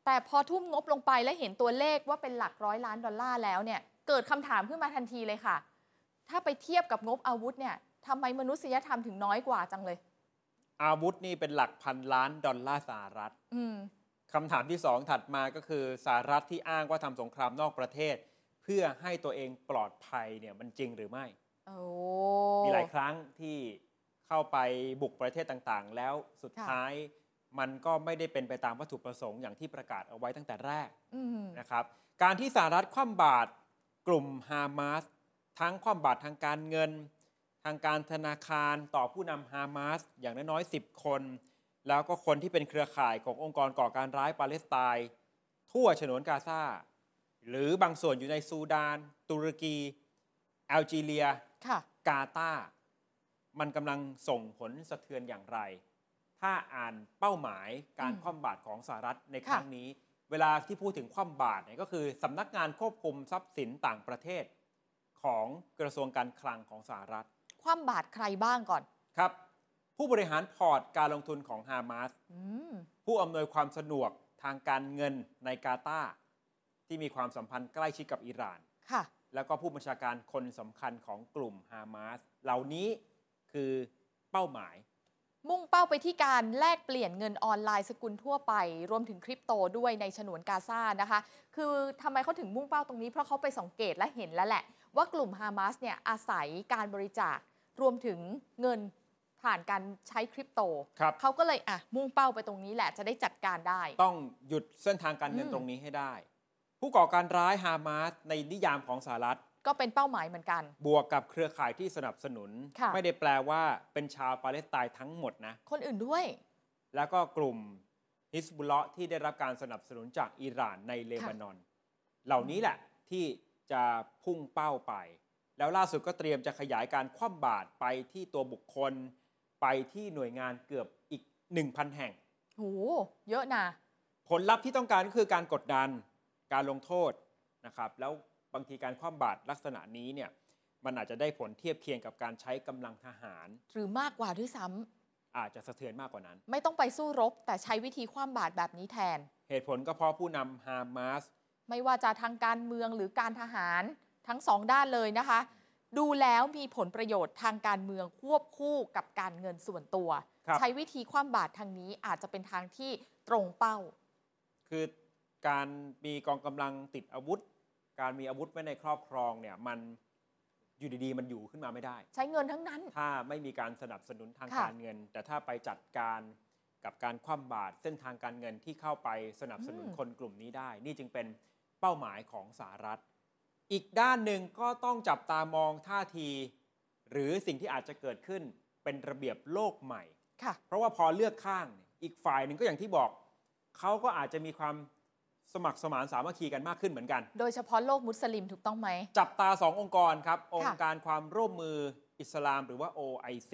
แต่พอทุ่มงบลงไปและเห็นตัวเลขว่าเป็นหลักร้อยล้านดอลลาร์แล้วเนี่ยเกิดคำถามขึ้นมาทันทีเลยค่ะ ถ้าไปเทียบกับงบอาวุธเนี่ยทำไมมนุษยธรรมถึงน้อยกว่าจังเลยอาวุธนี่เป็นหลักพันล้านดอลลาร์สหรัฐคำถามที่สองถัดมาก็คือสหรัฐที่อ้างว่าทำสงครามนอกประเทศ เพื่อให้ตัวเองปลอดภัยเนี่ยมันจริงหรือไม่มีหลายครั้งที่เข้าไปบุกประเทศต่างๆแล้วสุดท้ายมันก็ไม่ได้เป็นไปตามวัตถุประสงค์อย่างที่ประกาศเอาไว้ตั้งแต่แรกนะครับการที่สหรัฐคว่ำบาตรกลุ่มฮามาสทั้งคว่ำบาตรทางการเงินทางการธนาคารต่อผู้นำฮามาสอย่างน้อยๆ10 คนแล้วก็คนที่เป็นเครือข่ายขององค์กรก่อการร้ายปาเลสไตน์ทั่วฉนวนกาซาหรือบางส่วนอยู่ในซูดานตุรกีแอลจีเรียกาตาร์มันกำลังส่งผลสะเทือนอย่างไรถ้าอ่านเป้าหมายการคว่ำบาตรของสหรัฐในครั้งนี้เวลาที่พูดถึงคว่ำบาตรเนี่ยก็คือสำนักงานควบคุมทรัพย์สินต่างประเทศของกระทรวงการคลังของสหรัฐคว่ำบาตรใครบ้างก่อนครับผู้บริหารพอร์ตการลงทุนของฮามาสผู้อำนวยความสะดวกทางการเงินในกาตาร์ที่มีความสัมพันธ์ใกล้ชิดกับอิหร่านแล้วก็ผู้บัญชาการคนสำคัญของกลุ่มฮามาสเหล่านี้คือเป้าหมายมุ่งเป้าไปที่การแลกเปลี่ยนเงินออนไลน์สกุลทั่วไปรวมถึงคริปโตด้วยในฉนวนกาซานะคะคือทำไมเขาถึงมุ่งเป้าตรงนี้เพราะเขาไปสังเกตและเห็นแล้วแหละว่ากลุ่มฮามาสเนี่ยอาศัยการบริจาครวมถึงเงินผ่านการใช้คริปโตเขาก็เลยมุ่งเป้าไปตรงนี้แหละจะได้จัดการได้ต้องหยุดเส้นทางการเงินตรงนี้ให้ได้ผู้ก่อการร้ายฮามาสในนิยามของสหรัฐก็เป็นเป้าหมายเหมือนกันบวกกับเครือข่ายที่สนับสนุนไม่ได้แปลว่าเป็นชาวปาเลสไตน์ทั้งหมดนะคนอื่นด้วยแล้วก็กลุ่มฮิซบุลเลาะห์ที่ได้รับการสนับสนุนจากอิหร่านในเลบานอนเหล่านี้แหละที่จะพุ่งเป้าไปแล้วล่าสุดก็เตรียมจะขยายการคว่ำบาตรไปที่ตัวบุคคลไปที่หน่วยงานเกือบอีก 1,000 แห่งโหเยอะนะผลลัพธ์ที่ต้องการก็คือการกดดันการลงโทษนะครับแล้วบางทีการคว่ำบาตรลักษณะนี้เนี่ยมันอาจจะได้ผลเทียบเคียงกับการใช้กำลังทหารหรือมากกว่าด้วยซ้ำอาจจะสะเทือนมากกว่านั้นไม่ต้องไปสู้รบแต่ใช้วิธีคว่ำบาตรแบบนี้แทนเหตุผลก็เพราะผู้นำฮามาสไม่ว่าจะทางการเมืองหรือการทหารทั้งสองด้านเลยนะคะดูแล้วมีผลประโยชน์ทางการเมืองควบคู่กับการเงินส่วนตัวใช้วิธีคว่ำบาตรทางนี้อาจจะเป็นทางที่ตรงเป้าคือการมีกองกำลังติดอาวุธการมีอาวุธไว้ในครอบครองเนี่ยมันอยู่ดีๆมันอยู่ขึ้นมาไม่ได้ใช้เงินทั้งนั้นถ้าไม่มีการสนับสนุนทางการเงินแต่ถ้าไปจัดการกับการคว่ำบาตรเส้นทางการเงินที่เข้าไปสนับสนุนคนกลุ่มนี้ได้นี่จึงเป็นเป้าหมายของสหรัฐอีกด้านหนึ่งก็ต้องจับตามองท่าทีหรือสิ่งที่อาจจะเกิดขึ้นเป็นระเบียบโลกใหม่เพราะว่าพอเลือกข้างอีกฝ่ายหนึ่งก็อย่างที่บอกเขาก็อาจจะมีความสมัครสมานสามัคคีกันมากขึ้นเหมือนกันโดยเฉพาะโลกมุสลิมถูกต้องไหมจับตา2 องค์กรครับองค์การความร่วมมืออิสลามหรือว่า OIC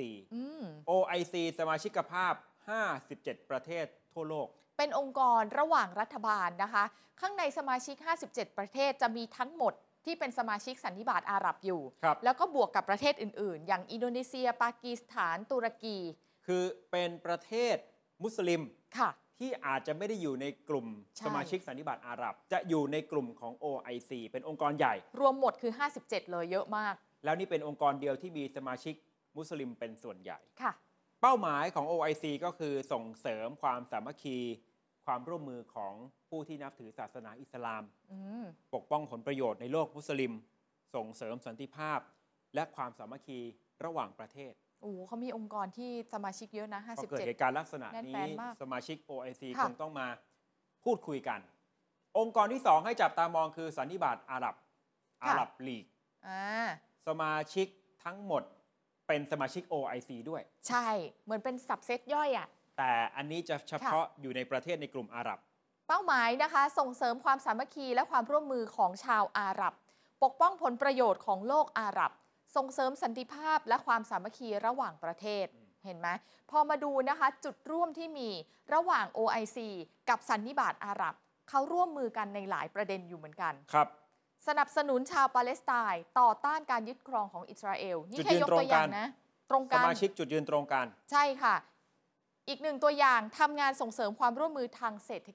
OIC สมาชิกภาพ57ประเทศทั่วโลกเป็นองค์กรระหว่างรัฐบาลนะคะข้างในสมาชิก57ประเทศจะมีทั้งหมดที่เป็นสมาชิกสันนิบาตอาหรับอยู่แล้วก็บวกกับประเทศอื่นๆอย่างอินโดนีเซียปากีสถานตุรกีคือเป็นประเทศมุสลิมที่อาจจะไม่ได้อยู่ในกลุ่มสมาชิกสันนิบาตอาหรับจะอยู่ในกลุ่มของ OIC เป็นองค์กรใหญ่รวมหมดคือ57เลยเยอะมากแล้วนี่เป็นองค์กรเดียวที่มีสมาชิกมุสลิมเป็นส่วนใหญ่ค่ะเป้าหมายของ OIC ก็คือส่งเสริมความสามัคคีความร่วมมือของผู้ที่นับถือศาสนาอิสลามปกป้องผลประโยชน์ในโลกมุสลิมส่งเสริมสันติภาพและความสามัคคีระหว่างประเทศโอ้เขามีองค์กรที่สมาชิกเยอะนะ57 เกิดเหตุการณ์ลักษณะนี้สมาชิก OIC คงต้องมาพูดคุยกันองค์กรที่2ให้จับตามองคือสันนิบาตอาหรับลีกสมาชิกทั้งหมดเป็นสมาชิก OIC ด้วยใช่เหมือนเป็นสับเซตย่อยแต่อันนี้จะเฉพาะอยู่ในประเทศในกลุ่มอาหรับเป้าหมายนะคะส่งเสริมความสามัคคีและความร่วมมือของชาวอาหรับปกป้องผลประโยชน์ของโลกอาหรับส่งเสริมสันติภาพและความสามัคคีระหว่างประเทศเห็นไหมพอมาดูนะคะจุดร่วมที่มีระหว่าง OIC กับสันนิบาตอาหรับเขาร่วมมือกันในหลายประเด็นอยู่เหมือนกันครับสนับสนุนชาวปาเลสไตน์ต่อต้านการยึดครองของอิสราเอลนี่แค่ยกตัวอย่างนะตรงกันสมาชิกจุดยืนตรงกันใช่ค่ะอีกหนึ่งตัวอย่างทำงานส่งเสริมความร่วมมือทางเศรษฐกิจ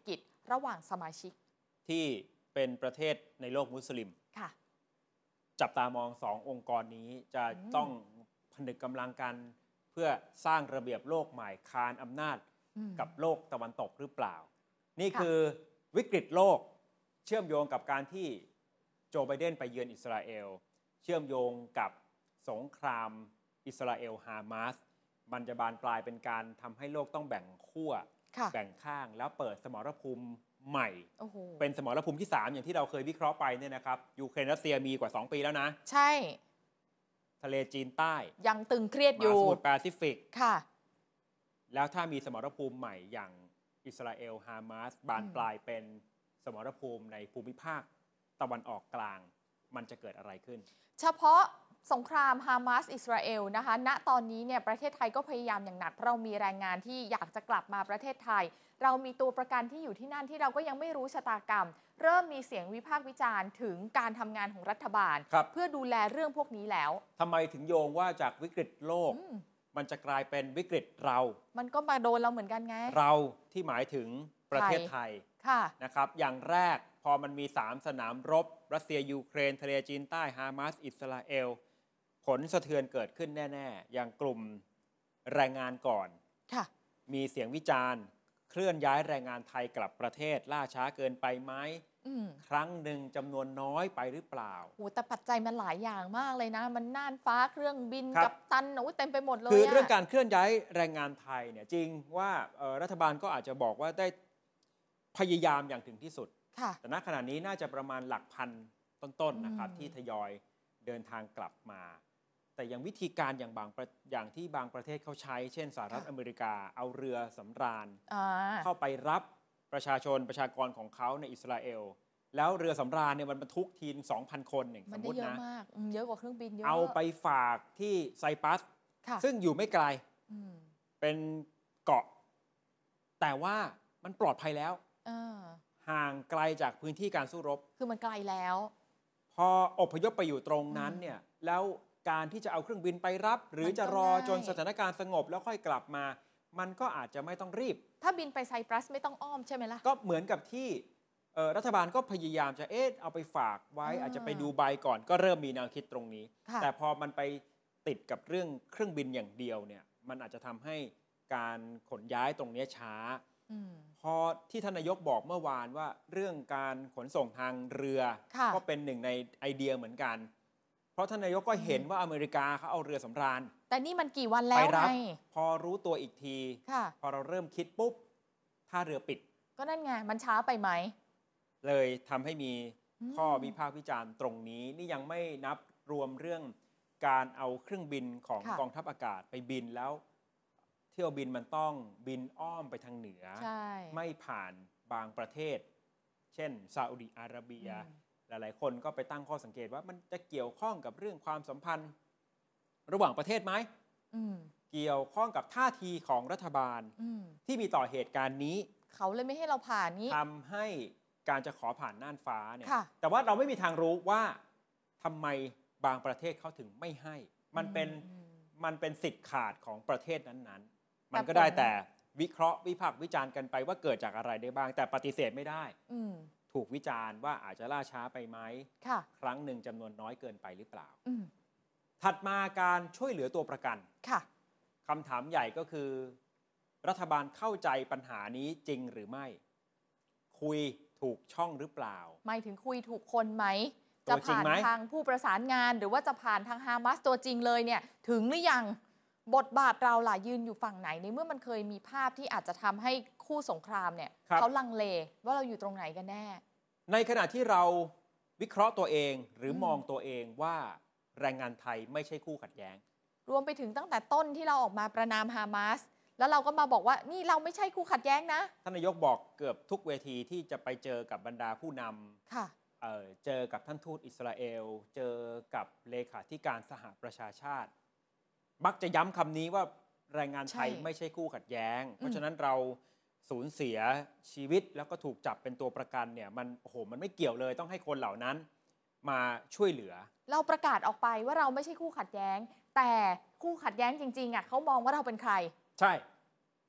ระหว่างสมาชิกที่เป็นประเทศในโลกมุสลิมค่ะจับตามอง2 องค์กรนี้จะต้องผนึกกำลังกันเพื่อสร้างระเบียบโลกใหม่คานอำนาจกับโลกตะวันตกหรือเปล่านี่คือวิกฤตโลกเชื่อมโยงกับการที่โจไบเดนไปเยือนอิสราเอลเชื่อมโยงกับสงครามอิสราเอลฮามาสมันจะบานปลายเป็นการทำให้โลกต้องแบ่งขั้วแบ่งข้างแล้วเปิดสมรภูมิใหม่เป็นสมรภูมิที่3อย่างที่เราเคยวิเคราะห์ไปเนี่ยนะครับยูเครนรัสเซียมีกว่า2 ปีแล้วนะใช่ทะเลจีนใต้ยังตึงเครียดอยู่มหาสมุทรแปซิฟิกค่ะแล้วถ้ามีสมรภูมิใหม่อย่างอิสราเอลฮามาสบานปลายเป็นสมรภูมิในภูมิภาคตะวันออกกลางมันจะเกิดอะไรขึ้นเฉพาะสงครามฮามาสอิสราเอลนะคะณตอนนี้เนี่ยประเทศไทยก็พยายามอย่างหนักเพราะเรามีแรงงานที่อยากจะกลับมาประเทศไทยเรามีตัวประกันที่อยู่ที่นั่นที่เราก็ยังไม่รู้ชะตากรรมเริ่มมีเสียงวิพากษ์วิจารณ์ถึงการทำงานของรัฐบาลเพื่อดูแลเรื่องพวกนี้แล้วทำไมถึงโยงว่าจากวิกฤตโลกมันจะกลายเป็นวิกฤตมันก็มาโดนเราเหมือนกันไงเราที่หมายถึงประเทศไทยนะครับอย่างแรกพอมันมี3 สนามรบรัสเซียยูเครนทะเลจีนใต้ฮามาสอิสราเอลผลสะเทือนเกิดขึ้นแน่ๆอย่างกลุ่มแรงงานก่อนมีเสียงวิจารณ์เคลื่อนย้ายแรงงานไทยกลับประเทศล่าช้าเกินไปไหมครั้งหนึ่งจำนวนน้อยไปหรือเปล่าโอ้แต่ปัจจัยมันหลายอย่างมากเลยนะมันน่านฟ้าเครื่องบินกัปตันเต็มไปหมดเลยคือเรื่องการเคลื่อนย้ายแรงงานไทยเนี่ยจริงว่ารัฐบาลก็อาจจะบอกว่าได้พยายามอย่างถึงที่สุดแต่ณขณะนี้น่าจะประมาณหลักพันต้นๆนะครับที่ทยอยเดินทางกลับมาแต่อย่างวิธีการอย่างที่บางประเทศเขาใช้เช่นสหรัฐอเมริกาเอาเรือสำราญเข้าไปรับประชากรของเขาในอิสราเอลแล้วเรือสำราญเนี่ยมันบรรทุกทีม 2,000 คนอย่างสมมตินะเยอะมากเยอะกว่าเครื่องบินเยอะเอาไปฝากที่ไซปรัสซึ่งอยู่ไม่ไกลเป็นเกาะแต่ว่ามันปลอดภัยแล้วห่างไกลจากพื้นที่การสู้รบคือมันไกลแล้วพออพยพไปอยู่ตรงนั้นเนี่ยแล้วการที่จะเอาเครื่องบินไปรับหรือจะรอจนสถานการณ์สงบแล้วค่อยกลับมามันก็อาจจะไม่ต้องรีบถ้าบินไปไซปรัสไม่ต้องอ้อมใช่ไหมล่ะก็เหมือนกับที่รัฐบาลก็พยายามจะเอาไปฝากไว้อาจจะไปดูใบก่อนก็เริ่มมีแนวคิดตรงนี้แต่พอมันไปติดกับเรื่องเครื่องบินอย่างเดียวเนี่ยมันอาจจะทำให้การขนย้ายตรงนี้ช้าพอที่ท่านนายกบอกเมื่อวานว่าเรื่องการขนส่งทางเรือก็เป็นหนึ่งในไอเดียเหมือนกันเพราะท่านนายกก็เห็นว่าอเมริกาเขาเอาเรือสำราญแต่นี่มันกี่วันแล้วไงพอรู้ตัวอีกทีพอเราเริ่มคิดปุ๊บท่าเรือปิดก็นั่นไงมันช้าไปไหมเลยทำให้มีข้อวิพากษ์วิจารณ์ตรงนี้นี่ยังไม่นับรวมเรื่องการเอาเครื่องบินของกองทัพอากาศไปบินแล้วเที่ยวบินมันต้องบินอ้อมไปทางเหนือไม่ผ่านบางประเทศเช่นซาอุดิอาระเบียหลายๆคนก็ไปตั้งข้อสังเกตว่ามันจะเกี่ยวข้องกับเรื่องความสัมพันธ์ระหว่างประเทศไหมเกี่ยวข้องกับท่าทีของรัฐบาลที่มีต่อเหตุการณ์นี้เขาเลยไม่ให้เราผ่านนี้ทำให้การจะขอผ่านน่านฟ้าเนี่ยแต่ว่าเราไม่มีทางรู้ว่าทำไมบางประเทศเขาถึงไม่ให้มันเป็นสิทธิ์ขาดของประเทศนั้นๆมันก็ได้แต่วิเคราะห์วิพากษ์วิจารณ์กันไปว่าเกิดจากอะไรได้บ้างแต่ปฏิเสธไม่ได้ถูกวิจารณ์ว่าอาจจะล่าช้าไปไหมครั้งหนึ่งจำนวนน้อยเกินไปหรือเปล่าถัดมาการช่วยเหลือตัวประกันคำถามใหญ่ก็คือรัฐบาลเข้าใจปัญหานี้จริงหรือไม่คุยถูกช่องหรือเปล่าหมายถึงคุยถูกคนไหมจะผ่านทางผู้ประสานงานหรือว่าจะผ่านทางฮามาสตัวจริงเลยเนี่ยถึงหรือยังบทบาทเราล่ะยืนอยู่ฝั่งไหนในเมื่อมันเคยมีภาพที่อาจจะทำให้คู่สงครามเนี่ยเขาลังเลว่าเราอยู่ตรงไหนกันแน่ในขณะที่เราวิเคราะห์ตัวเองหรือมองตัวเองว่าแรงงานไทยไม่ใช่คู่ขัดแย้งรวมไปถึงตั้งแต่ต้นที่เราออกมาประณามฮามาสแล้วเราก็มาบอกว่านี่เราไม่ใช่คู่ขัดแย้งนะท่านนายกบอกเกือบทุกเวทีที่จะไปเจอกับบรรดาผู้นำเจอกับท่านทูตอิสราเอลเจอกับเลขาธิการสหประชาชาติมักจะย้ำคำนี้ว่าแรงงานไทยไม่ใช่คู่ขัดแย้งเพราะฉะนั้นเราสูญเสียชีวิตแล้วก็ถูกจับเป็นตัวประกันเนี่ยมันไม่เกี่ยวเลยต้องให้คนเหล่านั้นมาช่วยเหลือเราประกาศออกไปว่าเราไม่ใช่คู่ขัดแย้งแต่คู่ขัดแย้งจริงๆเขามองว่าเราเป็นใครใช่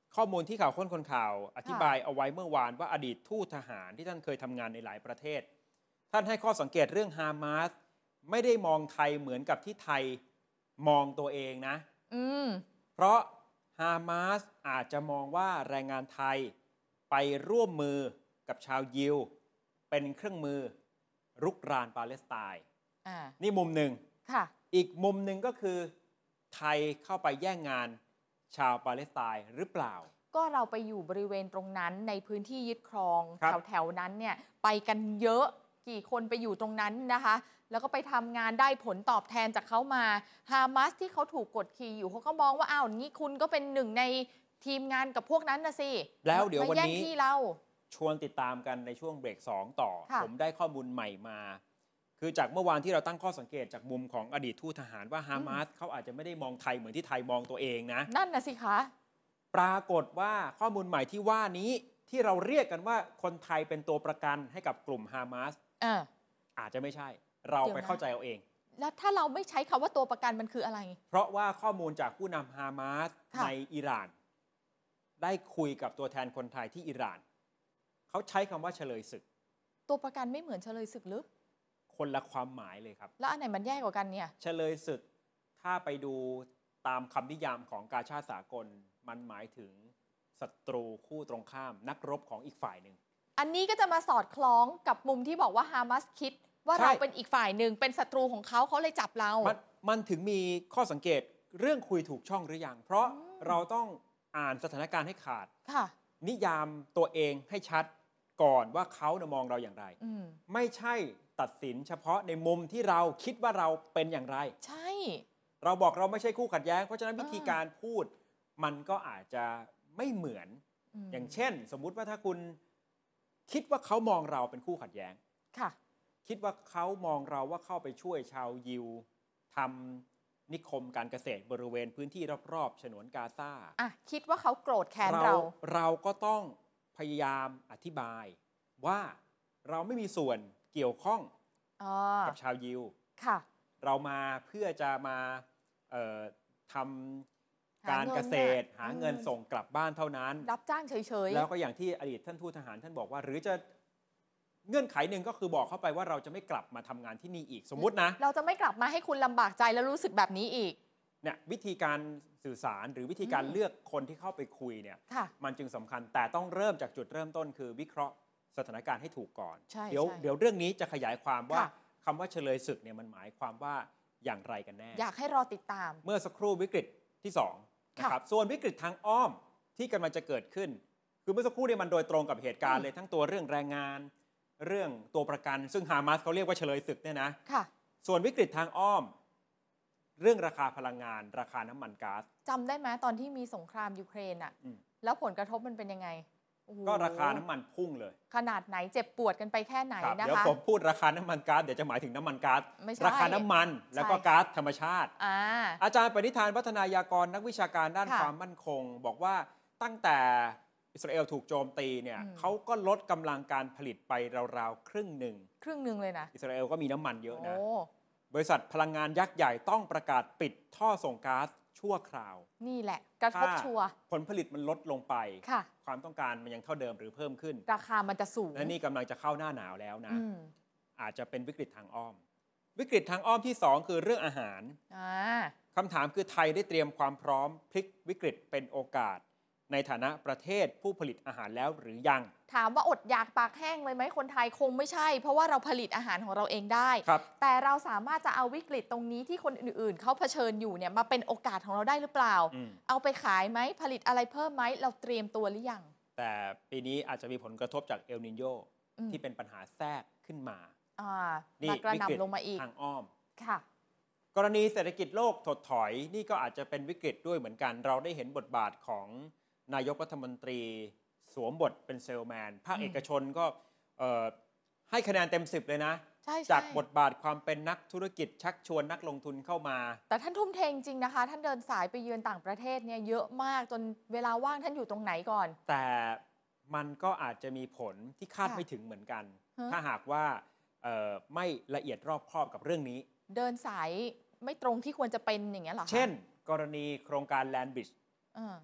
ข้อมูลที่ข่าวค้นคนข่าวอธิบายเอาไว้เมื่อวานว่าอดีตทูตทหารที่ท่านเคยทำงานในหลายประเทศท่านให้ข้อสังเกตเรื่องฮามาสไม่ได้มองไทยเหมือนกับที่ไทยมองตัวเองนะเพราะฮามาสอาจจะมองว่าแรงงานไทยไปร่วมมือกับชาวยิวเป็นเครื่องมือรุกรานปาเลสไตน์นี่มุมหนึ่งอีกมุมหนึ่งก็คือไทยเข้าไปแย่งงานชาวปาเลสไตน์หรือเปล่าก็เราไปอยู่บริเวณตรงนั้นในพื้นที่ยึดครองแถวนั้นเนี่ยไปกันเยอะกี่คนไปอยู่ตรงนั้นนะคะแล้วก็ไปทำงานได้ผลตอบแทนจากเขามาฮามาสที่เขาถูกกดขี่อยู่เขาก็มองว่าอ้าวนี่คุณก็เป็นหนึ่งในทีมงานกับพวกนั้นนะสิแล้วเดี๋ยววันนี้ที่เราชวนติดตามกันในช่วงเบรก2ต่อผมได้ข้อมูลใหม่มาคือจากเมื่อวานที่เราตั้งข้อสังเกตจากมุมของอดีตทูตทหารว่าฮามาสเขาอาจจะไม่ได้มองไทยเหมือนที่ไทยมองตัวเองนะนั่นนะสิคะปรากฏว่าข้อมูลใหม่ที่ว่านี้ที่เราเรียกกันว่าคนไทยเป็นตัวประกันให้กับกลุ่มฮามาสอาจจะไม่ใช่เราไปเข้าใจเอาเองแล้วถ้าเราไม่ใช้คำว่าตัวประกันมันคืออะไรเพราะว่าข้อมูลจากผู้นำฮามาสในอิหร่านได้คุยกับตัวแทนคนไทยที่อิหร่านเขาใช้คำว่าเฉลยศึกตัวประกันไม่เหมือนเฉลยศึกหรือคนละความหมายเลยครับแล้วอันไหนมันแย่กว่ากันเนี่ยเฉลยศึกถ้าไปดูตามคำนิยามของกาชาดสากลมันหมายถึงศัตรูคู่ตรงข้ามนักรบของอีกฝ่ายหนึ่งอันนี้ก็จะมาสอดคล้องกับมุมที่บอกว่าฮามาสคิดว่าเราเป็นอีกฝ่ายหนึ่งเป็นศัตรูของเขาเลยจับเรามันถึงมีข้อสังเกตเรื่องคุยถูกช่องหรือยังเพราะเราต้องอ่านสถานการณ์ให้ขาดนิยามตัวเองให้ชัดก่อนว่าเขามองเราอย่างไรไม่ใช่ตัดสินเฉพาะในมุมที่เราคิดว่าเราเป็นอย่างไรใช่เราบอกเราไม่ใช่คู่ขัดแย้งเพราะฉะนั้นวิธีการพูดมันก็อาจจะไม่เหมือนอย่างเช่นสมมุติว่าถ้าคุณคิดว่าเขามองเราเป็นคู่ขัดแย้งคิดว่าเขามองเราว่าเข้าไปช่วยชาวยิวทำนิคมการเกษตรบริเวณพื้นที่รอบๆฉนวนกาซาคิดว่าเขาโกรธแค้นเราก็ต้องพยายามอธิบายว่าเราไม่มีส่วนเกี่ยวข้องกับชาวยิวเรามาเพื่อจะมาทำการเกษตรหาเงินส่งกลับบ้านเท่านั้นรับจ้างเฉยๆแล้วก็อย่างที่อดีตท่านทูตทหารท่านบอกว่าหรือจะเงื่อนไขหนึ่งก็คือบอกเข้าไปว่าเราจะไม่กลับมาทำงานที่นี่อีกสมมุตินะเราจะไม่กลับมาให้คุณลำบากใจแล้วรู้สึกแบบนี้อีกเนี่ยวิธีการสื่อสารหรือวิธีการเลือกคนที่เข้าไปคุยเนี่ยมันจึงสำคัญแต่ต้องเริ่มจากจุดเริ่มต้นคือวิเคราะห์สถานการณ์ให้ถูกก่อนเดี๋ยวเรื่องนี้จะขยายความว่าคำว่าเฉลยศึกเนี่ยมันหมายความว่าอย่างไรกันแน่อยากให้รอติดตามเมื่อสักครู่วิกฤตที่2นะครับส่วนวิกฤตทางอ้อมที่กำลังจะเกิดขึ้นคือเมื่อสักครู่เนี่ยมันโดยตรงกับเหตุการณ์เลยทั้งตัวเรื่องแรงงานเรื่องตัวประกันซึ่งฮามาสเขาเรียกว่าเฉลยศึกเนี่ยนะส่วนวิกฤตทางอ้อมเรื่องราคาพลังงานราคาน้ำมันก๊าซจำได้ไหมตอนที่มีสงครามยูเครนอ่ะแล้วผลกระทบมันเป็นยังไงก็ราคาน้ำมันพุ่งเลยขนาดไหนเจ็บปวดกันไปแค่ไหนนะคะเดี๋ยวผมพูดราคาน้ำมันก๊าซเดี๋ยวจะหมายถึงน้ำมันก๊าซราคาน้ำมันแล้วก็ก๊าซธรรมชาติอาจารย์ปณิธานวัฒนายากรนักวิชาการด้านความมั่นคงบอกว่าตั้งแต่อิสราเอลถูกโจมตีเนี่ยเขาก็ลดกำลังการผลิตไปราวๆครึ่งหนึ่งเลยนะอิสราเอลก็มีน้ำมันเยอะนะบริษัทพลังงานยักษ์ใหญ่ต้องประกาศปิดท่อส่งก๊าซชั่วคราวนี่แหละกระทบชัวร์ผลผลิตมันลดลงไปความต้องการมันยังเท่าเดิมหรือเพิ่มขึ้นราคามันจะสูงและนี่กำลังจะเข้าหน้าหนาวแล้วนะอาจจะเป็นวิกฤตทางอ้อมวิกฤตทางอ้อมที่2คือเรื่องอาหารคำถามคือไทยได้เตรียมความพร้อมพลิกวิกฤตเป็นโอกาสในฐานะประเทศผู้ผลิตอาหารแล้วหรือยังถามว่าอดอยากปากแห้งเลยไหมคนไทยคงไม่ใช่เพราะว่าเราผลิตอาหารของเราเองได้แต่เราสามารถจะเอาวิกฤตตรงนี้ที่คนอื่นๆเขาเผชิญอยู่เนี่ยมาเป็นโอกาสของเราได้หรือเปล่าเอาไปขายไหมผลิตอะไรเพิ่มไหมเราเตรียมตัวหรือยังแต่ปีนี้อาจจะมีผลกระทบจากเอลนิโญที่เป็นปัญหาแทรกขึ้นมานี่กระหน่ำลงมาอีกทางอ้อมกรณีเศรษฐกิจโลกถดถอยนี่ก็อาจจะเป็นวิกฤตด้วยเหมือนกันเราได้เห็นบทบาทของนายกรัฐมนตรีสวมบทเป็นเซลแมนภาคเอกชนก็ให้คะแนนเต็ม10เลยนะจากบทบาทความเป็นนักธุรกิจชักชวนนักลงทุนเข้ามาแต่ท่านทุ่มเทจริงนะคะท่านเดินสายไปเยือนต่างประเทศเนี่ยเยอะมากจนเวลาว่างท่านอยู่ตรงไหนก่อนแต่มันก็อาจจะมีผลที่คาดไม่ถึงเหมือนกันถ้าหากว่าไม่ละเอียดรอบคอบกับเรื่องนี้เดินสายไม่ตรงที่ควรจะเป็นอย่างเงี้ยหรอเช่นกรณีโครงการ Land Bridge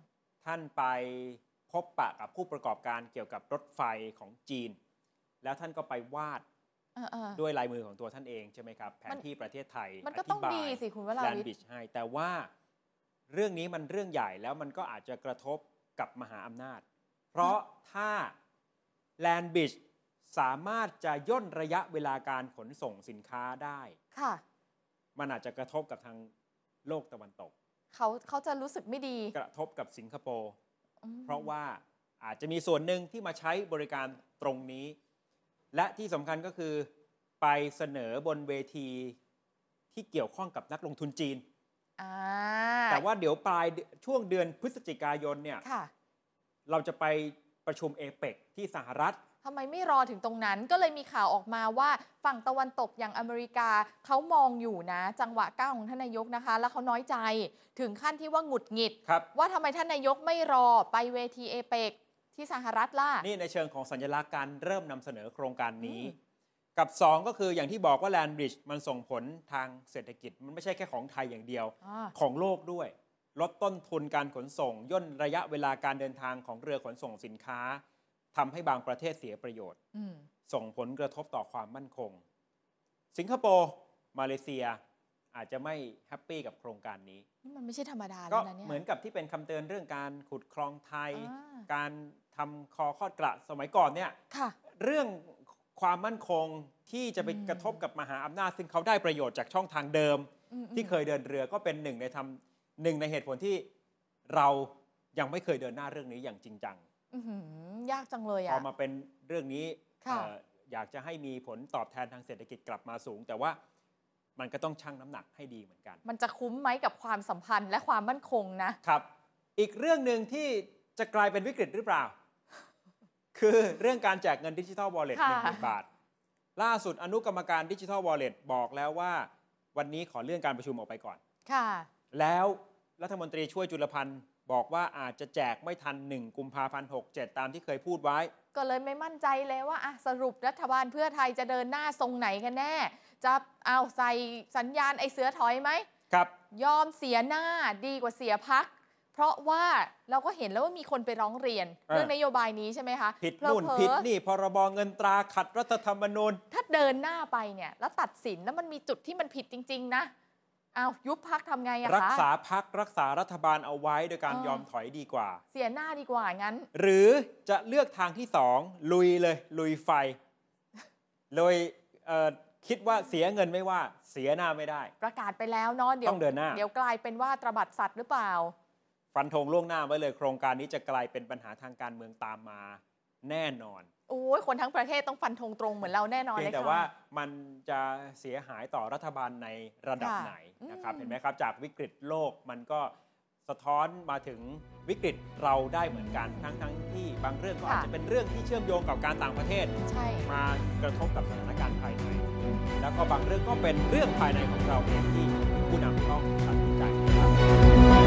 ท่านไปพบปะกับผู้ประกอบการเกี่ยวกับรถไฟของจีน แล้วท่านก็ไปวาดด้วยลายมือของตัวท่านเองใช่ไหมครับแผนที่ประเทศไทยมันก็ต้องดีสิคุณวราวิทย์แลนด์บริดจ์ให้แต่ว่าเรื่องนี้มันเรื่องใหญ่แล้วมันก็อาจจะกระทบกับมหาอำนาจเพราะถ้าแลนด์บริดจ์สามารถจะย่นระยะเวลาการขนส่งสินค้าได้ค่ะมันอาจจะกระทบกับทางโลกตะวันตกเขาจะรู้สึกไม่ดีกระทบกับสิงคโปร์เพราะว่าอาจจะมีส่วนหนึ่งที่มาใช้บริการตรงนี้และที่สำคัญก็คือไปเสนอบนเวทีที่เกี่ยวข้องกับนักลงทุนจีนแต่ว่าเดี๋ยวปลายช่วงเดือนพฤศจิกายนเนี่ยเราจะไปประชุมเอเปกที่สหรัฐทำไมไม่รอถึงตรงนั้นก็เลยมีข่าวออกมาว่าฝั่งตะวันตกอย่างอเมริกาเขามองอยู่นะจังหวะก้าวของท่านนายกนะคะแล้วเขาน้อยใจถึงขั้นที่ว่าหงุดหงิดว่าทำไมท่านนายกไม่รอไปเวทีเอเปกที่สหรัฐล่ะนี่ในเชิงของสัญลักษณ์การเริ่มนำเสนอโครงการนี้กับ2ก็คืออย่างที่บอกว่าแลนด์บริดจ์มันส่งผลทางเศรษฐกิจมันไม่ใช่แค่ของไทยอย่างเดียวของโลกด้วยลดต้นทุนการขนส่งย่นระยะเวลาการเดินทางของเรือขนส่งสินค้าทำให้บางประเทศเสียประโยชน์ส่งผลกระทบต่อความมั่นคงสิงคโปร์มาเลเซียอาจจะไม่แฮปปี้กับโครงการนี้มันไม่ใช่ธรรมดาก็เหมือนกับที่เป็นคำเตือนเรื่องการขุดคลองไทยการทำคอคอดกระสมัยก่อนเนี่ยเรื่องความมั่นคงที่จะไปกระทบกับมหาอำนาจซึ่งเขาได้ประโยชน์จากช่องทางเดิมที่เคยเดินเรือก็เป็นหนึ่งในเหตุผลที่เรายังไม่เคยเดินหน้าเรื่องนี้อย่างจริงจังยากจังเลยพอมาเป็นเรื่องนี้อยากจะให้มีผลตอบแทนทางเศรษฐกิจกลับมาสูงแต่ว่ามันก็ต้องชั่งน้ำหนักให้ดีเหมือนกันมันจะคุ้มไหมกับความสัมพันธ์และความมั่นคงนะครับอีกเรื่องหนึ่งที่จะกลายเป็นวิกฤตหรือเปล่าคือเรื่องการแจกเงินดิจิทัลวอลเล็ต 10,000 บาทล่าสุดอนุกรรมการดิจิทัลวอลเล็ตบอกแล้วว่าวันนี้ขอเลื่อนการประชุมออกไปก่อนแล้วรัฐมนตรีช่วยจุลพันธ์บอกว่าอาจจะแจกไม่ทัน1 กุมภาพันธ์ 67ตามที่เคยพูดไว้ก็เลยไม่มั่นใจเลยว่าสรุปรัฐบาลเพื่อไทยจะเดินหน้าทรงไหนกันแน่จะเอาใส่สัญญาณไอ้เสือถอยไหมครับยอมเสียหน้าดีกว่าเสียพักเพราะว่าเราก็เห็นแล้วว่ามีคนไปร้องเรียนเรื่องนโยบายนี้ใช่ไหมคะผิดนู่นผิดนี่พรบเงินตราขัดรัฐธรรมนูญถ้าเดินหน้าไปเนี่ยแล้วตัดสินแล้วมันมีจุดที่มันผิดจริงๆนะยุบพักทำไงอะคะรักษาพักรักษารัฐบาลเอาไว้โดยการยอมถอยดีกว่าเสียหน้าดีกว่างั้นหรือจะเลือกทางที่2ลุยเลยลุยไฟโดยคิดว่าเสียเงินไม่ว่าเสียหน้าไม่ได้ประกาศไปแล้วเนาะต้องเดินหน้าเดี๋ยวกลายเป็นว่าตระบัดสัตว์หรือเปล่าฟันธงล่วงหน้าไว้เลยโครงการนี้จะกลายเป็นปัญหาทางการเมืองตามมาแน่นอนโอ้ยคนทั้งประเทศต้องฟันธงตรงเหมือนเราแน่นอนเลยค่ะแต่ว่ามันจะเสียหายต่อรัฐบาลในระดับไหนนะครับเห็นไหมครับจากวิกฤตโลกมันก็สะท้อนมาถึงวิกฤตเราได้เหมือนกันทั้งที่บางเรื่องก็อาจจะเป็นเรื่องที่เชื่อมโยงกับการต่างประเทศมากระทบกับสถานการณ์ภายในแล้วก็บางเรื่องก็เป็นเรื่องภายในของเราเองที่ผู้นำต้องตัดสินใจนะครับ